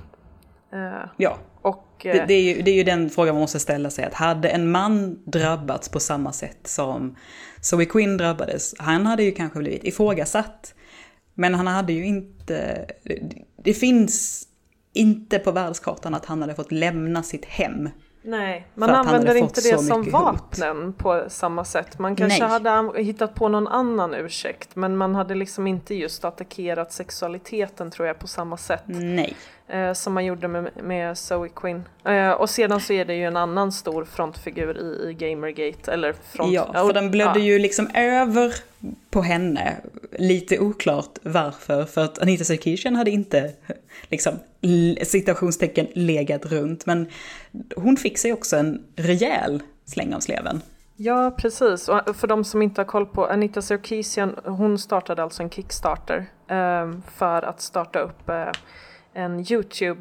Uh, ja, och, uh, det, det, är ju, det är ju den frågan man måste ställa sig. Att hade en man drabbats på samma sätt som Zoe Quinn drabbades, han hade ju kanske blivit ifrågasatt. Men han hade ju inte... Det, det finns inte på världskartan att han hade fått lämna sitt hem. Nej, man använder inte det som vapnen hot. På samma sätt. Man kanske Nej. hade hittat på någon annan ursäkt, men man hade liksom inte just attackerat sexualiteten, tror jag, på samma sätt. Nej. Eh, som man gjorde med, med Zoe Quinn. Eh, och sedan så är det ju en annan stor frontfigur i, i Gamergate. Eller front, ja, för den blödde ja. ju liksom över på henne. Lite oklart varför. För att Anita Sarkeesian hade inte liksom citationstecken legat runt. Men hon fick sig också en rejäl släng av sleven. Ja, precis. Och för de som inte har koll på, Anita Sarkeesian, hon startade alltså en Kickstarter eh, för att starta upp eh, en YouTube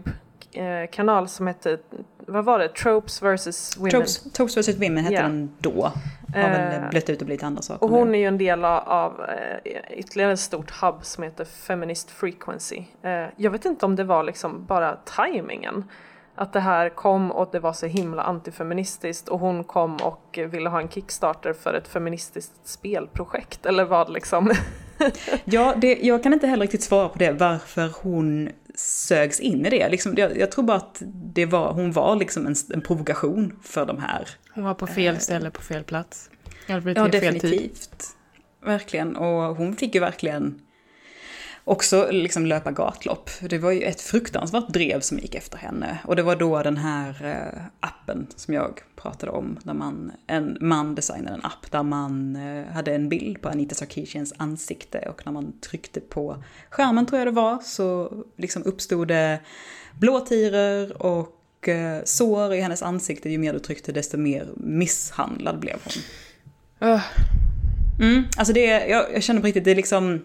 eh, kanal som hette, vad var det? Tropes versus Women. Tropes, Tropes versus Women hette yeah. den då. Har väl blivit ut och blivit andra saker. Och hon är ju en del av eh, ytterligare ett stort hub som heter Feminist Frequency. Eh, jag vet inte om det var liksom bara tajmingen. Att det här kom och det var så himla antifeministiskt. Och hon kom och ville ha en kickstarter för ett feministiskt spelprojekt. Eller vad liksom. Ja, det, jag kan inte heller riktigt svara på det. Varför hon sögs in i det. Liksom, jag, jag tror bara att det var, hon var liksom en, en provokation för de här. Hon var på fel ställe på fel plats. Ja, definitivt. Verkligen. Och hon fick ju verkligen också liksom löpa gatlopp. Det var ju ett fruktansvärt drev som gick efter henne. Och det var då den här eh, appen som jag pratade om. Där man, en man designade en app där man eh, hade en bild på Anita Sarkeesians ansikte. Och när man tryckte på skärmen, tror jag det var, så liksom uppstod det blåtiror och eh, sår i hennes ansikte. Ju mer du tryckte, desto mer misshandlad blev hon. Uh. Mm, alltså det, jag, jag känner på riktigt, det är liksom...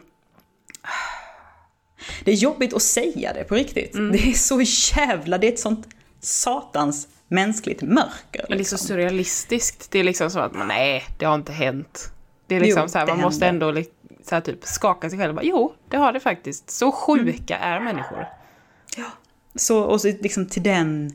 Det är jobbigt att säga det på riktigt. Mm. Det är så jävla, det är ett sånt satans mänskligt mörker. Liksom. Men det är så surrealistiskt. Det är liksom så att man, nej, det har inte hänt. Det är liksom jo, så här, man hände. Måste ändå så här, typ skaka sig själv och bara, jo, det har det faktiskt. Så sjuka mm. är människor. Ja, så, och så liksom till den,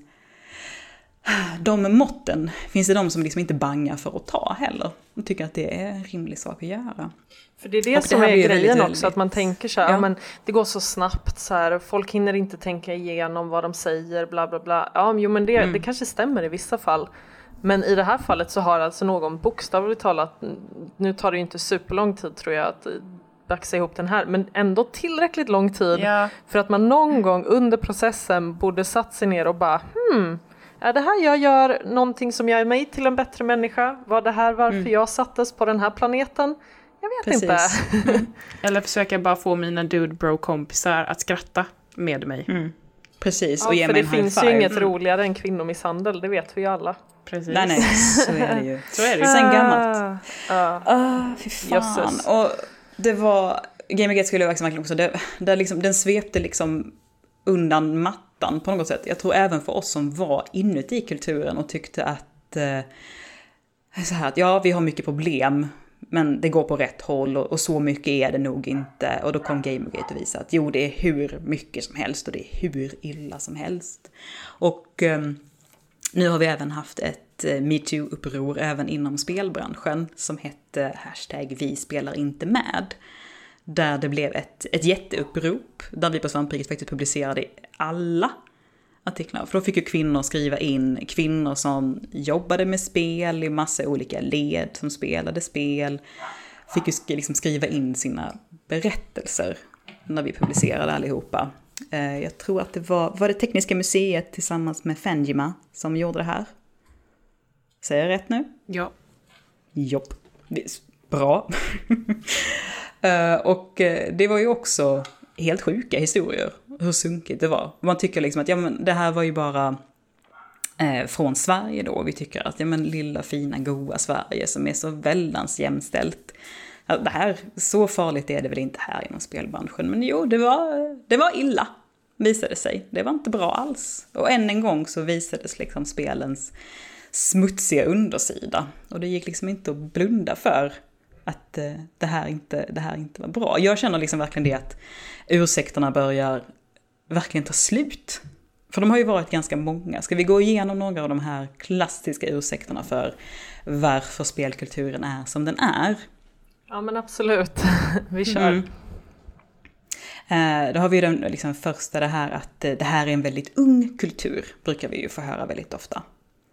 de måtten finns det de som liksom inte bangar för att ta heller. Och tycker att det är en rimlig sak att göra. För det är det och som det är grejen väldigt, också, att man tänker så här, ja. men det går så snabbt så här, folk hinner inte tänka igenom vad de säger, bla bla bla. Ja, jo, men det, mm. det kanske stämmer i vissa fall. Men i det här fallet så har alltså någon bokstavligt talat, nu tar det ju inte superlång tid tror jag att baxa ihop den här, men ändå tillräckligt lång tid ja. för att man någon gång under processen borde satt sig ner och bara, hmm, är det här jag gör någonting som gör mig till en bättre människa? Var det här varför mm. jag sattes på den här planeten? Jag vet Precis. inte. Mm. Eller försöka bara få mina dude bro kompisar att skratta med mig. Mm. Precis. Ja, och ge för mig det en finns ju inget mm. roligare än kvinnomisshandel, det vet vi ju alla. Precis. Nej, nej, så är det ju. Så är det ju. Sen gammalt. Ah, ah, fy fan. Jösses. Och det var, Gamergate skulle jag verkligen också, det, det liksom, den svepte liksom undan mattan på något sätt. Jag tror även för oss som var inuti kulturen och tyckte att eh, så här, att ja, vi har mycket problem, men det går på rätt håll och, och så mycket är det nog inte. Och då kom Gamergate och visade att jo, det är hur mycket som helst och det är hur illa som helst. Och eh, nu har vi även haft ett eh, MeToo-uppror även inom spelbranschen som hette hashtag vi spelar inte med. Där det blev ett, ett jätteupprop där vi på Svampriket faktiskt publicerade alla artiklar. För då fick ju kvinnor skriva in, kvinnor som jobbade med spel i massa olika led, som spelade spel, fick ju liksom skriva in sina berättelser när vi publicerade allihopa. Jag tror att det var, var det Tekniska museet tillsammans med Fenjima som gjorde det här. Säger jag rätt nu? Ja. Jobb. Bra. Och det var ju också helt sjuka historier, hur sunkigt det var. Man tycker liksom att ja, men det här var ju bara eh, från Sverige då. Vi tycker att ja, men lilla fina goa Sverige som är så väldans jämställt. Ja, det här, så farligt är det väl inte här inom spelbranschen. Men jo, det var, det var illa, visade sig. Det var inte bra alls. Och än en gång så visades liksom spelens smutsiga undersida. Och det gick liksom inte att blunda för att eh, det, här inte, det här inte var bra. Jag känner liksom verkligen det att ursäkterna börjar verkligen ta slut. För de har ju varit ganska många. Ska vi gå igenom några av de här klassiska ursäkterna för varför spelkulturen är som den är? Ja, men absolut. Vi kör. Mm. Eh, då har vi den liksom första, det här att eh, det här är en väldigt ung kultur. Brukar vi ju få höra väldigt ofta.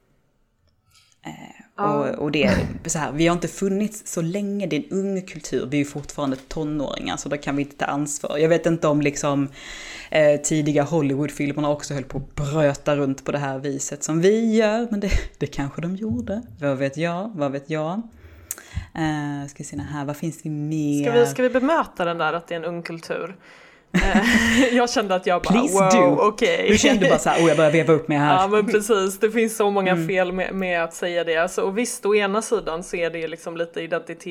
Eh, och, och det är så här, vi har inte funnits så länge, det är en ung kultur, vi är ju fortfarande tonåringar så då kan vi inte ta ansvar. Jag vet inte om liksom eh, tidiga Hollywoodfilmerna också höll på att bröta runt på det här viset som vi gör, men det, det kanske de gjorde. Vad vet jag, vad vet jag. Eh, ska vi se här, vad finns det mer? Ska vi, ska vi bemöta den där att det är en ung kultur? Jag kände att jag bara, Please wow, okej. Okay. Du kände bara så här, oh, jag börjar veva upp mig här. Ja, men precis. Det finns så många mm. fel med, med att säga det. Alltså, och visst, å ena sidan så är det ju liksom lite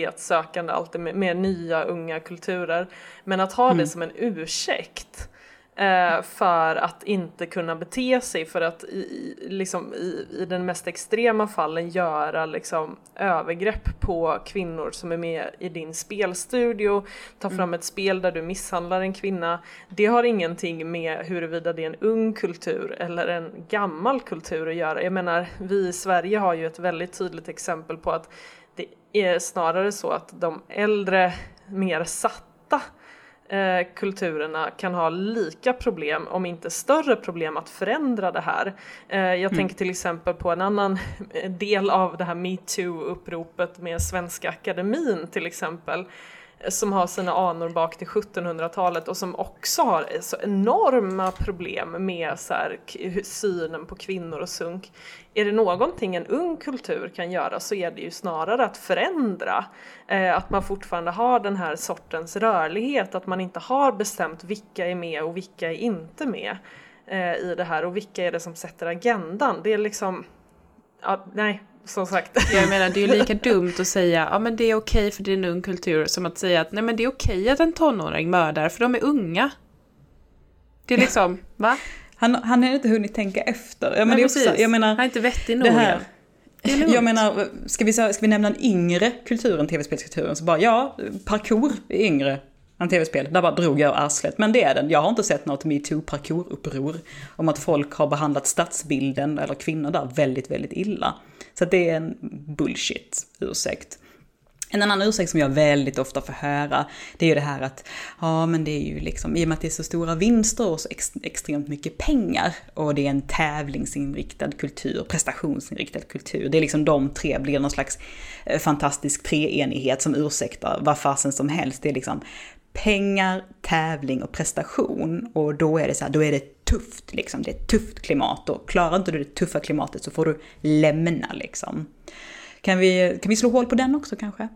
identitetssökande alltid med, med nya, unga kulturer. Men att ha mm. det som en ursäkt eh, för att inte kunna bete sig, för att i, liksom, i, i den mest extrema fallen göra liksom, övergrepp på kvinnor som är med i din spelstudio, ta fram mm. ett spel där du misshandlar en kvinna. Det har ingenting med huruvida det är en ung kultur eller en gammal kultur att göra. Jag menar, vi i Sverige har ju ett väldigt tydligt exempel på att det är snarare så att de äldre, mer satta eh, kulturerna kan ha lika problem, om inte större problem, att förändra det här. Eh, jag mm. tänker till exempel på en annan del av det här MeToo-uppropet med Svenska Akademin till exempel, som har sina anor bak till sjuttonhundratalet och som också har så enorma problem med så här, synen på kvinnor och sunk. Är det någonting en ung kultur kan göra, så är det ju snarare att förändra. Eh, att man fortfarande har den här sortens rörlighet, att man inte har bestämt vilka är med och vilka är inte med eh, i det här, och vilka är det som sätter agendan. Det är liksom, ja, nej, som sagt. Jag menar, det är ju lika dumt att säga ja men det är okej för det är en ung kultur, som att säga att nej men det är okej att en tonåring mördar för de är unga. Det är liksom, va? Han, han har inte hunnit tänka efter. Ja, men nej, det är också, jag menar, han är inte vettig nog. Det här, jag menar, ska vi, ska vi nämna en yngre kultur än tv-spelskulturen, så bara, ja, parkour är yngre än tv-spel. Där bara drog jag arslet. Men det är den. Jag har inte sett något MeToo-parkour-uppror om att folk har behandlat stadsbilden eller kvinnor där väldigt, väldigt illa. Så det är en bullshit-ursäkt. En annan ursäkt som jag väldigt ofta får höra, det är ju det här att ja men det är ju liksom, i och med att det är så stora vinster och så ex- extremt mycket pengar och det är en tävlingsinriktad kultur, prestationsinriktad kultur, det är liksom de tre blir någon slags eh, fantastisk treenighet som ursäktar vad fasen som helst. Det är liksom pengar, tävling och prestation, och då är det så här, då är det tufft liksom, det är ett tufft klimat, och klarar inte du det tuffa klimatet så får du lämna liksom. Kan vi, kan vi slå hål på den också kanske?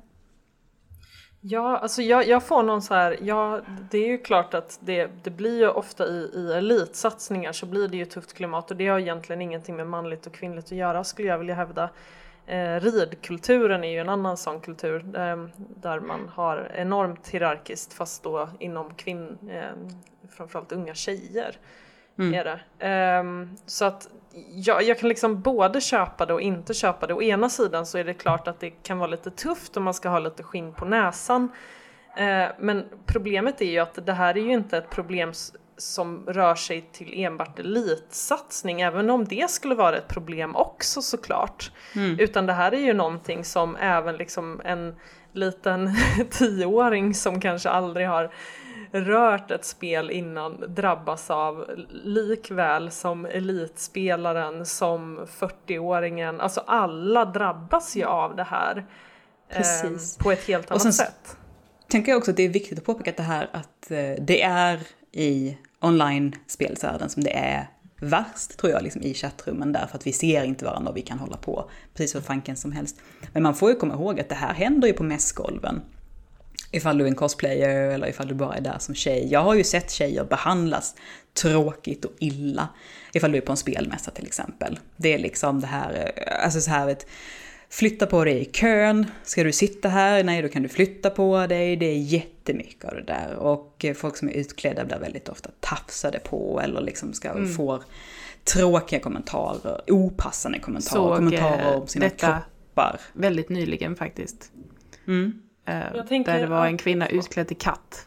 Ja, alltså jag, jag får någon så här, ja det är ju klart att det, det blir ju ofta i, i elitsatsningar så blir det ju tufft klimat, och det har egentligen ingenting med manligt och kvinnligt att göra, skulle jag vilja hävda. Eh, ridkulturen är ju en annan sån kultur eh, där man har enormt hierarkiskt, fast då inom kvinn, eh, framförallt unga tjejer. Mm. Är det. Um, så att jag, jag kan liksom både köpa det och inte köpa det. Å ena sidan så är det klart att det kan vara lite tufft om man ska ha lite skinn på näsan. Uh, men problemet är ju att det här är ju inte ett problem som rör sig till enbart elitsatsning, även om det skulle vara ett problem också såklart. Mm. Utan det här är ju någonting som även liksom en liten tioåring som kanske aldrig har rört ett spel innan drabbas av, likväl som elitspelaren, som fyrtioåringen. Alltså alla drabbas ju av det här. Precis. Eh, på ett helt annat och sen, sätt. Tänker jag också att det är viktigt att påpeka att det här att eh, det är i online-spelsvärlden som det är värst, tror jag, liksom i chattrummen, därför att vi ser inte varandra och vi kan hålla på precis vad fanken som helst. Men man får ju komma ihåg att det här händer ju på mässgolven. Ifall du är en cosplayer eller ifall du bara är där som tjej. Jag har ju sett tjejer behandlas tråkigt och illa ifall du är på en spelmässa till exempel. Det är liksom det här, alltså så här ett, flytta på dig i kön, ska du sitta här? Nej, då kan du flytta på dig. Det är jättemycket av det där. Och folk som är utklädda blir väldigt ofta tafsade på eller liksom ska mm. få tråkiga kommentarer, opassande kommentarer, Såg, kommentarer om sina kroppar. Väldigt nyligen faktiskt. Mm. Jag tänker, där det var en kvinna utklädd till katt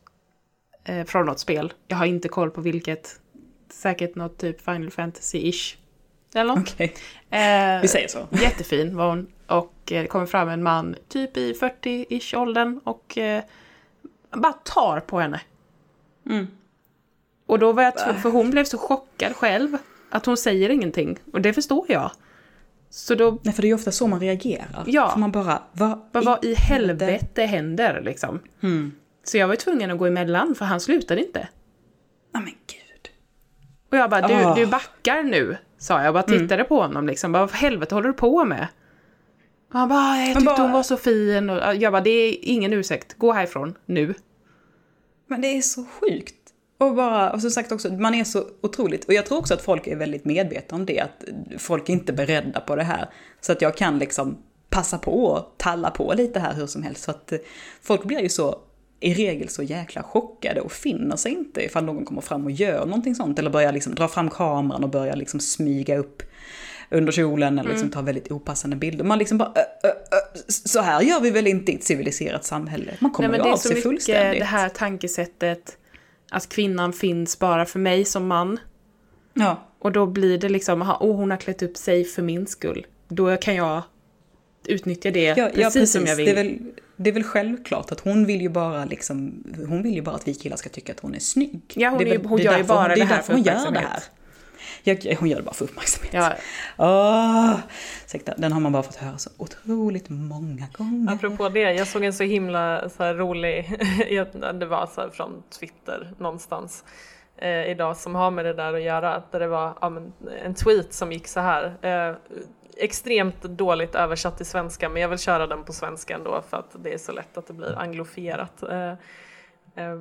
eh, från något spel. Jag har inte koll på vilket. Säkert något typ Final Fantasy-ish. Eller något. Okay. Eh, Vi säger så. Jättefin var hon. Och eh, kommer fram en man typ i fyrtio-ish åldern och eh, bara tar på henne. Mm. Och då var jag t- för hon blev så chockad själv att hon säger ingenting. Och det förstår jag. Så då, nej, för det är ju ofta så man reagerar. Ja. För man bara, vad, vad, vad i helvete händer liksom? Mm. Så jag var tvungen att gå emellan för han slutade inte. Nej men gud. Och jag bara, du, oh. du backar nu, sa jag. Bara tittade mm. på honom liksom. Bara, vad helvete håller du på med? Och han bara, jag tyckte bara, hon var så fin. Och jag bara, det är ingen ursäkt. Gå härifrån nu. Men det är så sjukt. Och, bara, och som sagt också, man är så otroligt, och jag tror också att folk är väldigt medvetna om det, att folk är inte beredda på det här. Så att jag kan liksom passa på och talla på lite här hur som helst. Så att folk blir ju så i regel så jäkla chockade och finner sig inte ifall någon kommer fram och gör någonting sånt. Eller börjar liksom dra fram kameran och börjar liksom smyga upp under kjolen eller liksom ta väldigt opassande bilder. Man liksom bara, ö, ö, ö, så här gör vi väl inte i ett civiliserat samhälle. Man kommer Nej, ju av sig fullständigt. Det är så mycket det här tankesättet att kvinnan finns bara för mig som man. Ja. Och då blir det liksom, aha, oh, hon har klätt upp sig för min skull. Då kan jag utnyttja det, ja, precis, ja, precis som jag vill. Det är, väl, det är väl självklart att hon vill ju bara liksom, hon vill ju bara att vi killar ska tycka att hon är snygg. Ja, hon, det är väl, är, hon gör ju bara hon, det här för hon gör det här. Jag, hon gör det bara för uppmärksamhet. Ja. Oh, den har man bara fått höra så otroligt många gånger. Apropå det, jag såg en så himla så här rolig, det var så här från Twitter någonstans eh, idag som har med det där att göra. Där det var ja, men, en tweet som gick så här. Eh, extremt dåligt översatt till svenska, men jag vill köra den på svenska ändå för att det är så lätt att det blir anglofierat. Eh, eh,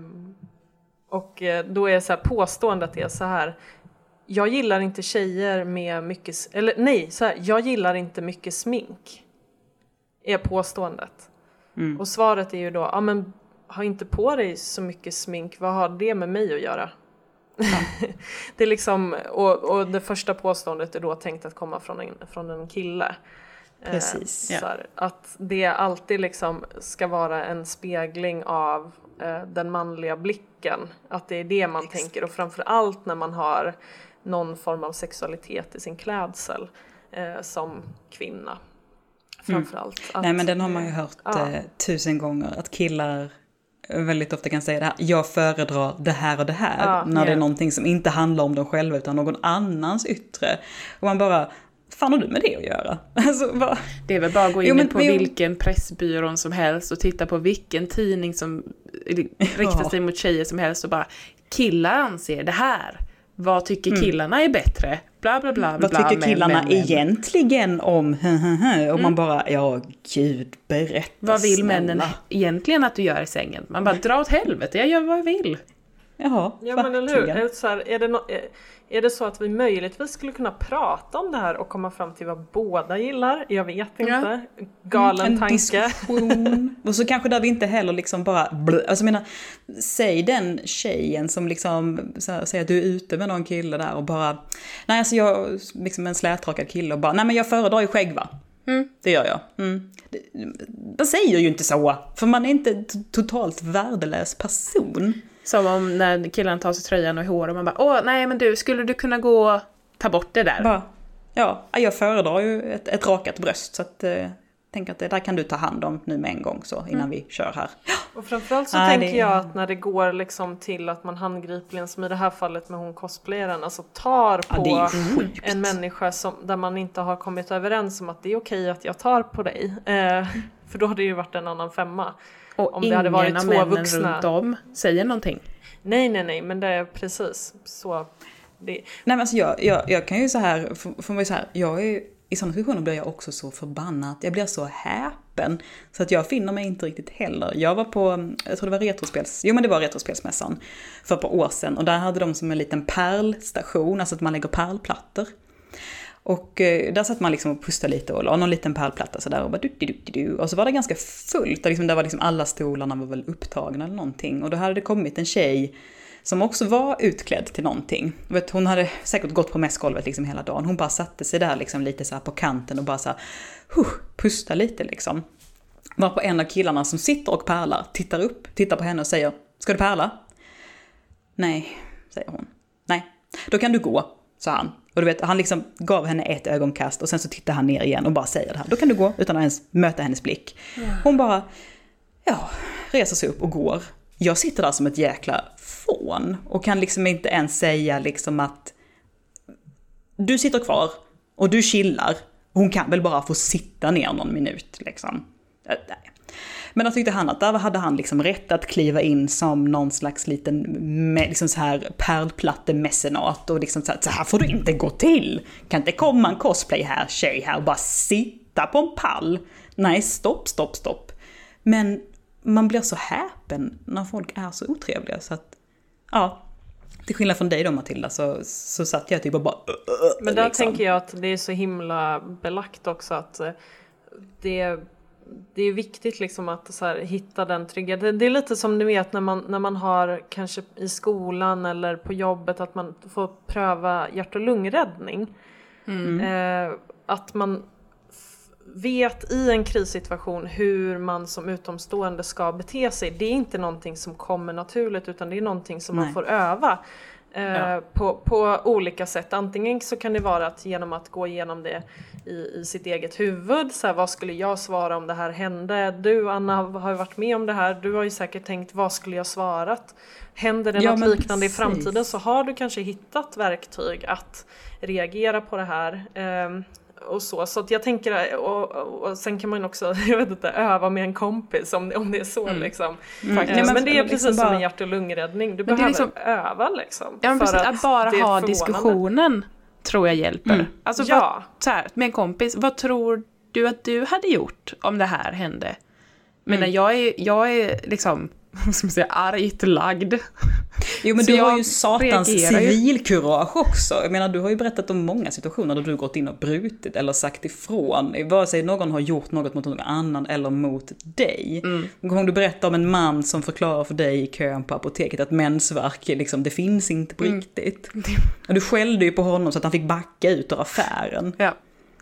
och då är så här, påståendet är så här: jag gillar inte tjejer med mycket, eller nej, så här, jag gillar inte mycket smink, är påståendet. Mm. Och svaret är ju då, ja men ha inte på dig så mycket smink, vad har det med mig att göra? Ja. Det är liksom, och, och det första påståendet är då tänkt att komma från en, från en kille. Precis. Eh, så här, att det alltid liksom ska vara en spegling av eh, den manliga blicken. Att det är det man Exakt. tänker, och framförallt när man har någon form av sexualitet i sin klädsel eh, som kvinna. Framförallt. Mm. Att, Nej, men den har man ju hört ja. eh, tusen gånger. Att killar väldigt ofta kan säga det här: jag föredrar det här och det här. Ja, när yeah. det är någonting som inte handlar om dem själva utan någon annans yttre. Och man bara, fan har du med det att göra? Alltså, bara... Det är väl bara att gå in jo, men, på men... vilken pressbyrån som helst och titta på vilken tidning som riktar sig ja. mot tjejer som helst och bara, killar anser det här. Vad tycker killarna mm. är bättre? Bla bla bla. Vad bla, tycker men, killarna men, men. egentligen om? Och mm. man bara, ja gud, berätta. Vad vill snälla. männen egentligen att du gör i sängen? Man bara, dra åt helvete, jag gör vad jag vill. Jaha, ja, men eller hur? Är det, så här, är, det no- är det så att vi möjligtvis skulle kunna prata om det här och komma fram till vad båda gillar? Jag vet inte. Ja. Galen mm, en tanke. Diskussion. Och så kanske där vi inte heller liksom bara... Blö, alltså jag menar, säg den tjejen som liksom så här, säger att du är ute med någon kille där och bara... Nej, alltså jag liksom en slätrakad kille och bara... Nej, men jag föredrar ju skägg, va? Mm. Det gör jag. Mm. De säger ju inte så. För man är inte t- totalt värdelös person. Som om när killen tar sig tröjan och hår och man bara, åh nej men du, skulle du kunna gå och ta bort det där? Bara, ja, jag föredrar ju ett, ett rakat bröst så att eh, tänk att det där kan du ta hand om nu med en gång så innan mm. vi kör här. Och framförallt så nej, tänker det... jag att när det går liksom till att man handgripligen, som i det här fallet med hon cosplayaren, alltså tar på ja, en människa som, där man inte har kommit överens om att det är okej att jag tar på dig. Eh, för då hade det ju varit en annan femma. Och om det ingen hade varit av två männen vuxna runt om säger någonting. Nej, nej, nej, men det är precis så. Det... Nej, men alltså jag, jag, jag kan ju så här, för, för mig så här, jag är, i sådana situationer blir jag också så förbannad. Jag blir så häpen. Så att jag finner mig inte riktigt heller. Jag var på, jag tror det var retrospels, jo men det var retrospelsmässan för ett par år sedan. Och där hade de som en liten pärlstation, alltså att man lägger pärlplattor. Och eh, där satt man liksom och pustade lite och la någon liten pärlplatta sådär och bara du, du, du, du. Och så var det ganska fullt, där, liksom, där var liksom alla stolarna var väl upptagna eller någonting. Och då hade det kommit en tjej som också var utklädd till någonting. Vet, hon hade säkert gått på mässgolvet liksom hela dagen. Hon bara satte sig där liksom lite så här på kanten och bara så här, huh, pusta lite liksom. Var på en av killarna som sitter och pärlar, tittar upp, tittar på henne och säger, ska du pärla? Nej, säger hon. Nej, då kan du gå, sa han. Och du vet, han liksom gav henne ett ögonkast och sen så tittar han ner igen och bara säger det här. Då kan du gå utan att ens möta hennes blick. Hon bara, ja, reser sig upp och går. Jag sitter där som ett jäkla fån och kan liksom inte ens säga liksom att du sitter kvar och du chillar. Hon kan väl bara få sitta ner någon minut liksom. Nej. Men då tyckte han att där hade han liksom rätt att kliva in som någon slags liten liksom så här pärlplattemecenat och liksom så här, så här får du inte gå till. Kan inte komma en cosplay här, tjej här och bara sitta på en pall. Nej, stopp, stopp, stopp. Men man blir så häpen när folk är så otrevliga så att ja, till skillnad från dig då Matilda så, så satt jag typ och bara men där liksom. tänker jag att det är så himla belagt också att det det är viktigt liksom att så här, hitta den tryggheten. Det är lite som ni vet när man, när man har kanske i skolan eller på jobbet att man får pröva hjärt- och lungräddning. Mm. Eh, att man f- vet i en krissituation hur man som utomstående ska bete sig. Det är inte någonting som kommer naturligt, utan det är någonting som Nej. man får öva. Ja. På, på olika sätt. Antingen så kan det vara att genom att gå igenom det i, i sitt eget huvud. Så här, vad skulle jag svara om det här hände? Du Anna har ju varit med om det här. Du har ju säkert tänkt, vad skulle jag svarat? Händer det ja, något liknande precis. i framtiden så har du kanske hittat verktyg att reagera på det här. Um, och så, så att jag tänker, och, och, och sen kan man också, jag vet inte, öva med en kompis om, om det är så mm. liksom. Mm. Uh, men, men det är precis liksom som bara, en hjärt- och lungräddning. Du behöver liksom, öva liksom. Ja, men för precis, att, att bara ha diskussionen tror jag hjälper. Mm. Alltså ja. vad, så här, med en kompis, vad tror du att du hade gjort om det här hände? Men mm. jag är, jag är liksom, vad ska man säga, argt lagd. Jo, men så du har ju satans civilkurage också. Jag menar, du har ju berättat om många situationer där du gått in och brutit eller sagt ifrån. Vare sig någon har gjort något mot någon annan eller mot dig. Mm. Om du berättar om en man som förklarar för dig i kön på apoteket att mensvärk, liksom, det finns inte på mm. riktigt. Och du skällde ju på honom så att han fick backa ut ur affären. Ja.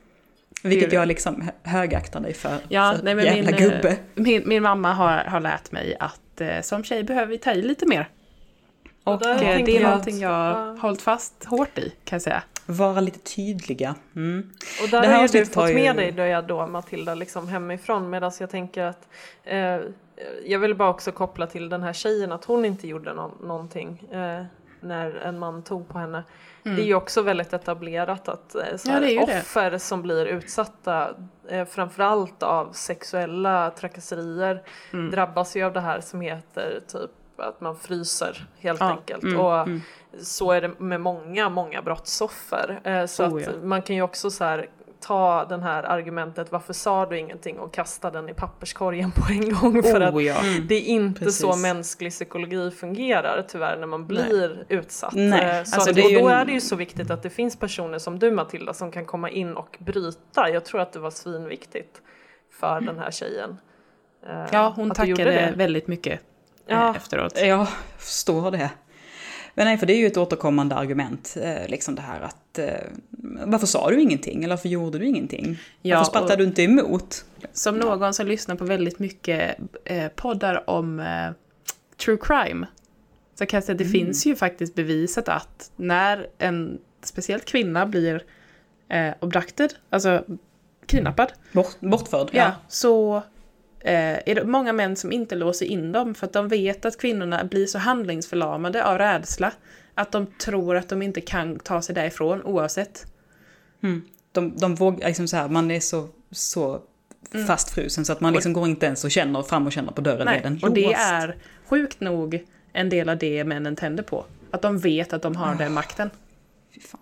Vilket jag liksom högaktar dig för. Ja, för nej, men jävla min, gubbe. Min, min mamma har, har lärt mig att eh, som tjej behöver vi ta i lite mer. Och, och det är jag någonting jag har ja. hållit fast hårt i, kan jag säga. Vara lite tydliga. Mm. Och där det har ju du fått med ju... dig då, jag då, Matilda, liksom hemifrån. Medan jag tänker att eh, jag vill bara också koppla till den här tjejen att hon inte gjorde no- någonting eh, när en man tog på henne. Mm. Det är ju också väldigt etablerat att så här, ja, offer det. som blir utsatta eh, framförallt av sexuella trakasserier mm. drabbas ju av det här som heter typ att man fryser helt ja. enkelt. Mm. Och mm. så är det med många, många brottsoffer. Eh, så oh, att ja. man kan ju också så här ta den här argumentet, varför sa du ingenting, och kasta den i papperskorgen på en gång. För oh, att ja. mm. det är inte Precis. så mänsklig psykologi fungerar tyvärr när man blir Nej. utsatt. Nej. Så alltså, att, och då en... är det ju så viktigt att det finns personer som du, Matilda, som kan komma in och bryta. Jag tror att det var svinviktigt för mm. den här tjejen. Eh, ja, hon tackade väldigt mycket ja. efteråt. Jag förstår det. Men nej, för det är ju ett återkommande argument, eh, liksom det här att eh, varför sa du ingenting eller varför gjorde du ingenting? Ja, varför spattade du inte emot? Som någon som lyssnar på väldigt mycket eh, poddar om eh, true crime, så kan jag säga att det mm. finns ju faktiskt bevisat att när en speciellt kvinna blir eh, abducted, alltså kidnappad, Bort, bortförd, ja, ja så Eh, är det många män som inte låser in dem för att de vet att kvinnorna blir så handlingsförlamade av rädsla att de tror att de inte kan ta sig därifrån oavsett. Mm. De, de vågar, liksom så här, man är så, så mm. fastfrusen så att man liksom och, går inte ens och känner fram och känner på dörren. Nej, är den och det är sjukt nog en del av det männen tänder på. Att de vet att de har oh. den makten. Fy fan.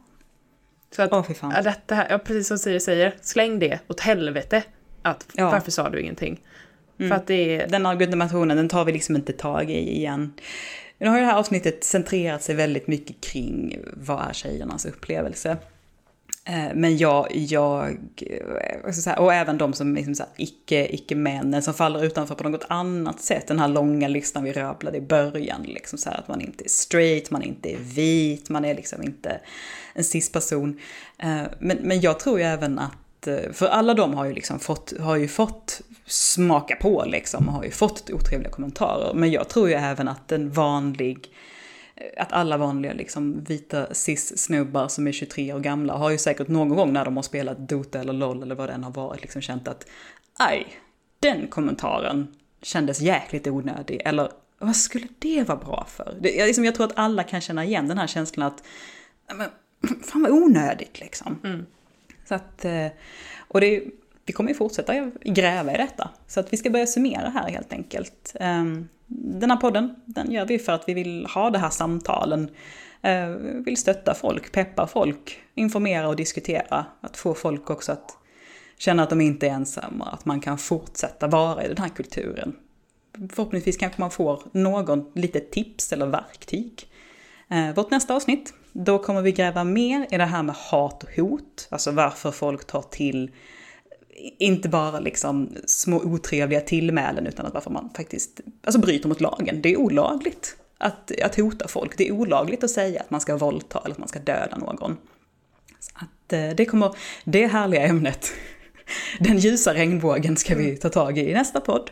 Så att, oh, fy fan. Att detta här, ja, precis som Siri säger, släng det åt helvete. Att, ja. Varför sa du ingenting? Mm. För att det är... Den argumentationen, den tar vi liksom inte tag i igen. Nu har ju det här avsnittet centrerat sig väldigt mycket kring vad är tjejernas upplevelse. Men jag, jag och även de som liksom så här, icke, icke-männen som faller utanför på något annat sätt. Den här långa listan vi röplade i början. Liksom så här, att man inte är straight, man inte är vit, man är liksom inte en cis-person. Men, men jag tror ju även att för alla de har ju liksom fått, har ju fått smaka på liksom, har ju fått otrevliga kommentarer. Men jag tror ju även att en vanlig, att alla vanliga liksom vita cis-snubbar som är tjugotre år gamla har ju säkert någon gång när de har spelat Dota eller LOL eller vad den har varit liksom känt att aj, den kommentaren kändes jäkligt onödig. Eller vad skulle det vara bra för? Det, liksom, jag tror att alla kan känna igen den här känslan att men, fan vad onödigt liksom. Mm. Så att, och det, vi kommer ju fortsätta gräva i detta. Så att vi ska börja summera här helt enkelt. Den här podden, den gör vi för att vi vill ha det här samtalen. Vi vill stötta folk, peppa folk, informera och diskutera. Att få folk också att känna att de inte är ensamma. Att man kan fortsätta vara i den här kulturen. Förhoppningsvis kanske man får någon litet tips eller verktyg. Vårt nästa avsnitt, då kommer vi gräva mer i det här med hat och hot. Alltså varför folk tar till inte bara liksom små otrevliga tillmälen, utan att varför man faktiskt alltså bryter mot lagen. Det är olagligt att, att hota folk. Det är olagligt att säga att man ska våldta eller att man ska döda någon. Så att det kommer, det härliga ämnet, den ljusa regnbågen, ska vi ta tag i i nästa podd.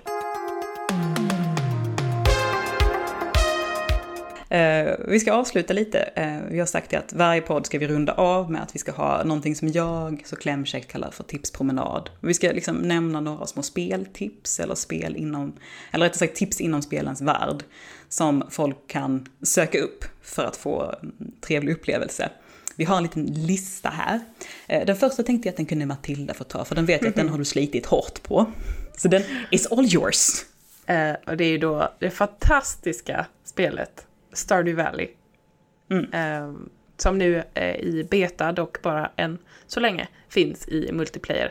Uh, vi ska avsluta lite. Uh, vi har sagt att varje podd ska vi runda av med att vi ska ha någonting som jag så klämkäckt kallar för tipspromenad. Vi ska liksom nämna några små speltips eller spel inom, eller rättare sagt tips inom spelens värld som folk kan söka upp för att få trevlig upplevelse. Vi har en liten lista här. Uh, den första tänkte jag att den kunde Matilda få ta, för den vet jag att den har du slitit hårt på. Så den is all yours. Uh, och det är ju då det fantastiska spelet Stardew Valley. Mm. Eh, som nu är i beta, dock bara en så länge finns i multiplayer.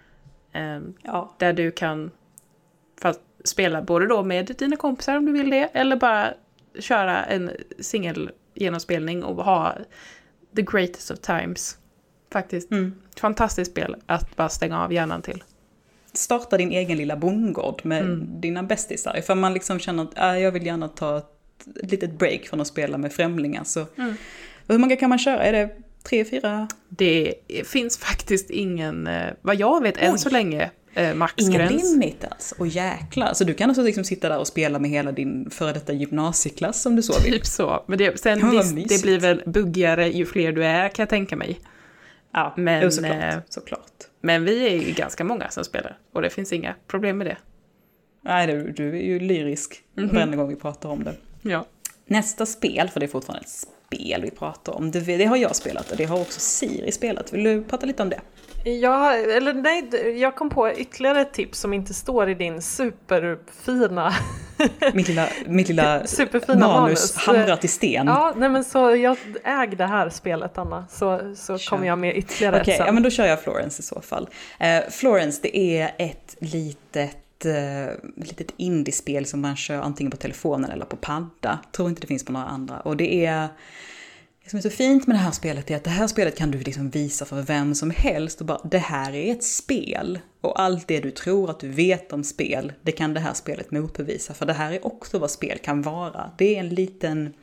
Eh, ja. Där du kan fast, spela både då med dina kompisar om du vill det, eller bara köra en singel genomspelning och ha the greatest of times. Faktiskt. Mm. Fantastiskt spel att bara stänga av hjärnan till. Starta din egen lilla bondgård med mm. dina bästisar. För man liksom känner att äh, jag vill gärna ta ett ett litet break från att spela med främlingar. Så mm. hur många kan man köra? Är det tre, fyra? Det finns faktiskt ingen, vad jag vet, Oj. än så länge eh, maxgräns. Ingen limit alltså. Och jäklar. Så du kan också liksom sitta där och spela med hela din före detta gymnasieklass som du så vill. Typ så. Men det, sen visst, det blir väl buggigare ju fler du är, kan jag tänka mig. Ja, men, jo, såklart, eh, såklart. Men vi är ju ganska många som spelar. Och det finns inga problem med det. Nej, du, du är ju lyrisk mm-hmm. varje gång vi pratar om det. Ja. Nästa spel, för det är fortfarande ett spel vi pratar om, det, det har jag spelat och det har också Siri spelat. Vill du prata lite om det? Ja, eller nej, jag kom på ytterligare ett tips som inte står i din superfina mitt lilla, mitt lilla superfina manus, manus hamrat i sten. Ja, nej men så jag äger det här spelet, Anna, så, så kommer jag med ytterligare okay, ett sen. Ja, men då kör jag Florence i så fall. Uh, Florence, det är ett litet ett litet indiespel som man kör antingen på telefonen eller på padda. Tror inte det finns på några andra. Och det är det som är så fint med det här spelet är att det här spelet kan du liksom visa för vem som helst och bara, det här är ett spel. Och allt det du tror att du vet om spel, det kan det här spelet motbevisa. För det här är också vad spel kan vara. Det är en liten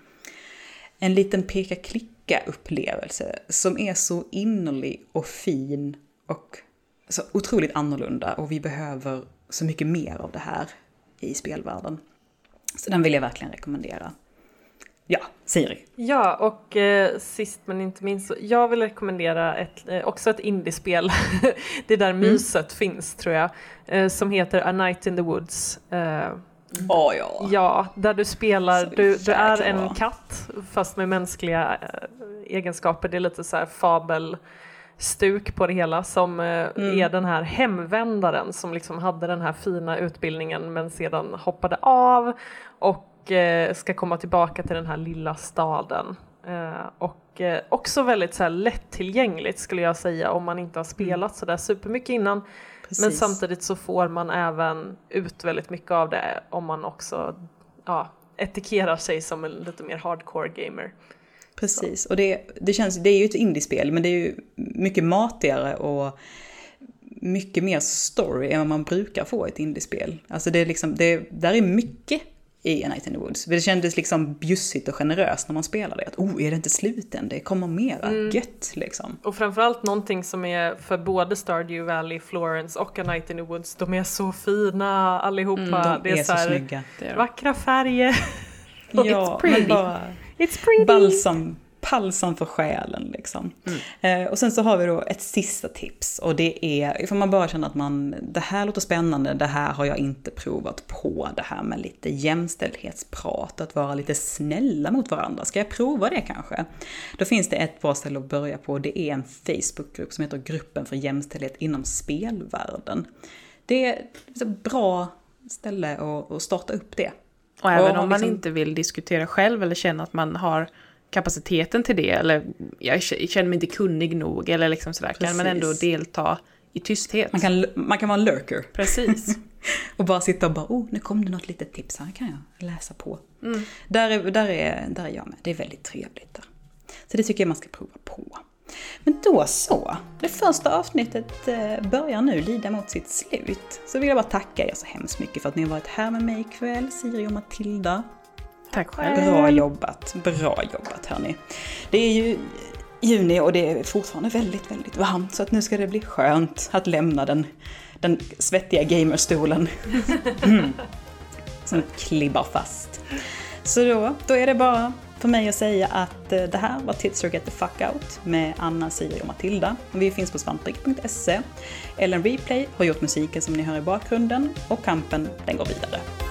en liten peka-klicka upplevelse som är så innerlig och fin och så otroligt annorlunda. Och vi behöver så mycket mer av det här i spelvärlden. Så den vill jag verkligen rekommendera. Ja, Siri. Ja, och eh, sist men inte minst, så jag vill rekommendera ett, eh, också ett indiespel. Det där mm. myset finns, tror jag. Eh, som heter A Night in the Woods. Eh, oh, ja. Ja, där du spelar, du, du är en bra. katt fast med mänskliga eh, egenskaper. Det är lite så här fabel stuk på det hela, som eh, mm. är den här hemvändaren som liksom hade den här fina utbildningen men sedan hoppade av och eh, ska komma tillbaka till den här lilla staden. Eh, och eh, också väldigt så här lättillgängligt, skulle jag säga, om man inte har spelat så där supermycket innan. Precis. Men samtidigt så får man även ut väldigt mycket av det om man också ja, etikerar sig som en lite mer hardcore gamer. Precis, och det, det känns, det är ju ett indiespel, men det är ju mycket matigare och mycket mer story än vad man brukar få i ett indiespel. Alltså det är liksom, det, där är mycket i A Night in the Woods. Det kändes liksom bjussigt och generöst när man spelade. Att, oh, är det inte sluten? Det kommer mera mm. gött liksom. Och framförallt någonting som är för både Stardew Valley, Florence och A Night in the Woods. De är så fina allihopa. Mm, de det är, är så, så här, snygga. Vackra färger. Ja, it's pretty. Bara It's pretty. Balsam, palsam för själen liksom. Mm. Eh, och sen så har vi då ett sista tips. Och det är, får man bara känna att man, det här låter spännande, det här har jag inte provat på. Det här med lite jämställdhetsprat, att vara lite snälla mot varandra. Ska jag prova det kanske? Då finns det ett bra ställe att börja på. Det är en Facebookgrupp som heter Gruppen för jämställdhet inom spelvärlden. Det är ett bra ställe att, att starta upp det. Och även om man liksom inte vill diskutera själv eller känner att man har kapaciteten till det, eller jag känner mig inte kunnig nog eller liksom sådär, kan man ändå delta i tysthet. Man kan, man kan vara en lurker. Precis. Och bara sitta och bara, oh, nu kom det något litet tips här, kan jag läsa på. Mm. Där, är, där, är, där är jag med, det är väldigt trevligt där. Så det tycker jag man ska prova på. Men då så, det första avsnittet börjar nu lida mot sitt slut. Så vill jag bara tacka er så hemskt mycket för att ni har varit här med mig ikväll, Siri och Matilda. Tack själv. Bra jobbat, bra jobbat hörni. Det är ju juni och det är fortfarande väldigt, väldigt varmt. Så att nu ska det bli skönt att lämna den, den svettiga gamerstolen. Mm. Som klibbar fast. Så då, då är det bara för mig att säga att det här var Tits or Get the Fuck Out med Anna, Siri och Matilda. Vi finns på svantrik punkt se. Ellen Replay har gjort musiken som ni hör i bakgrunden och kampen den går vidare.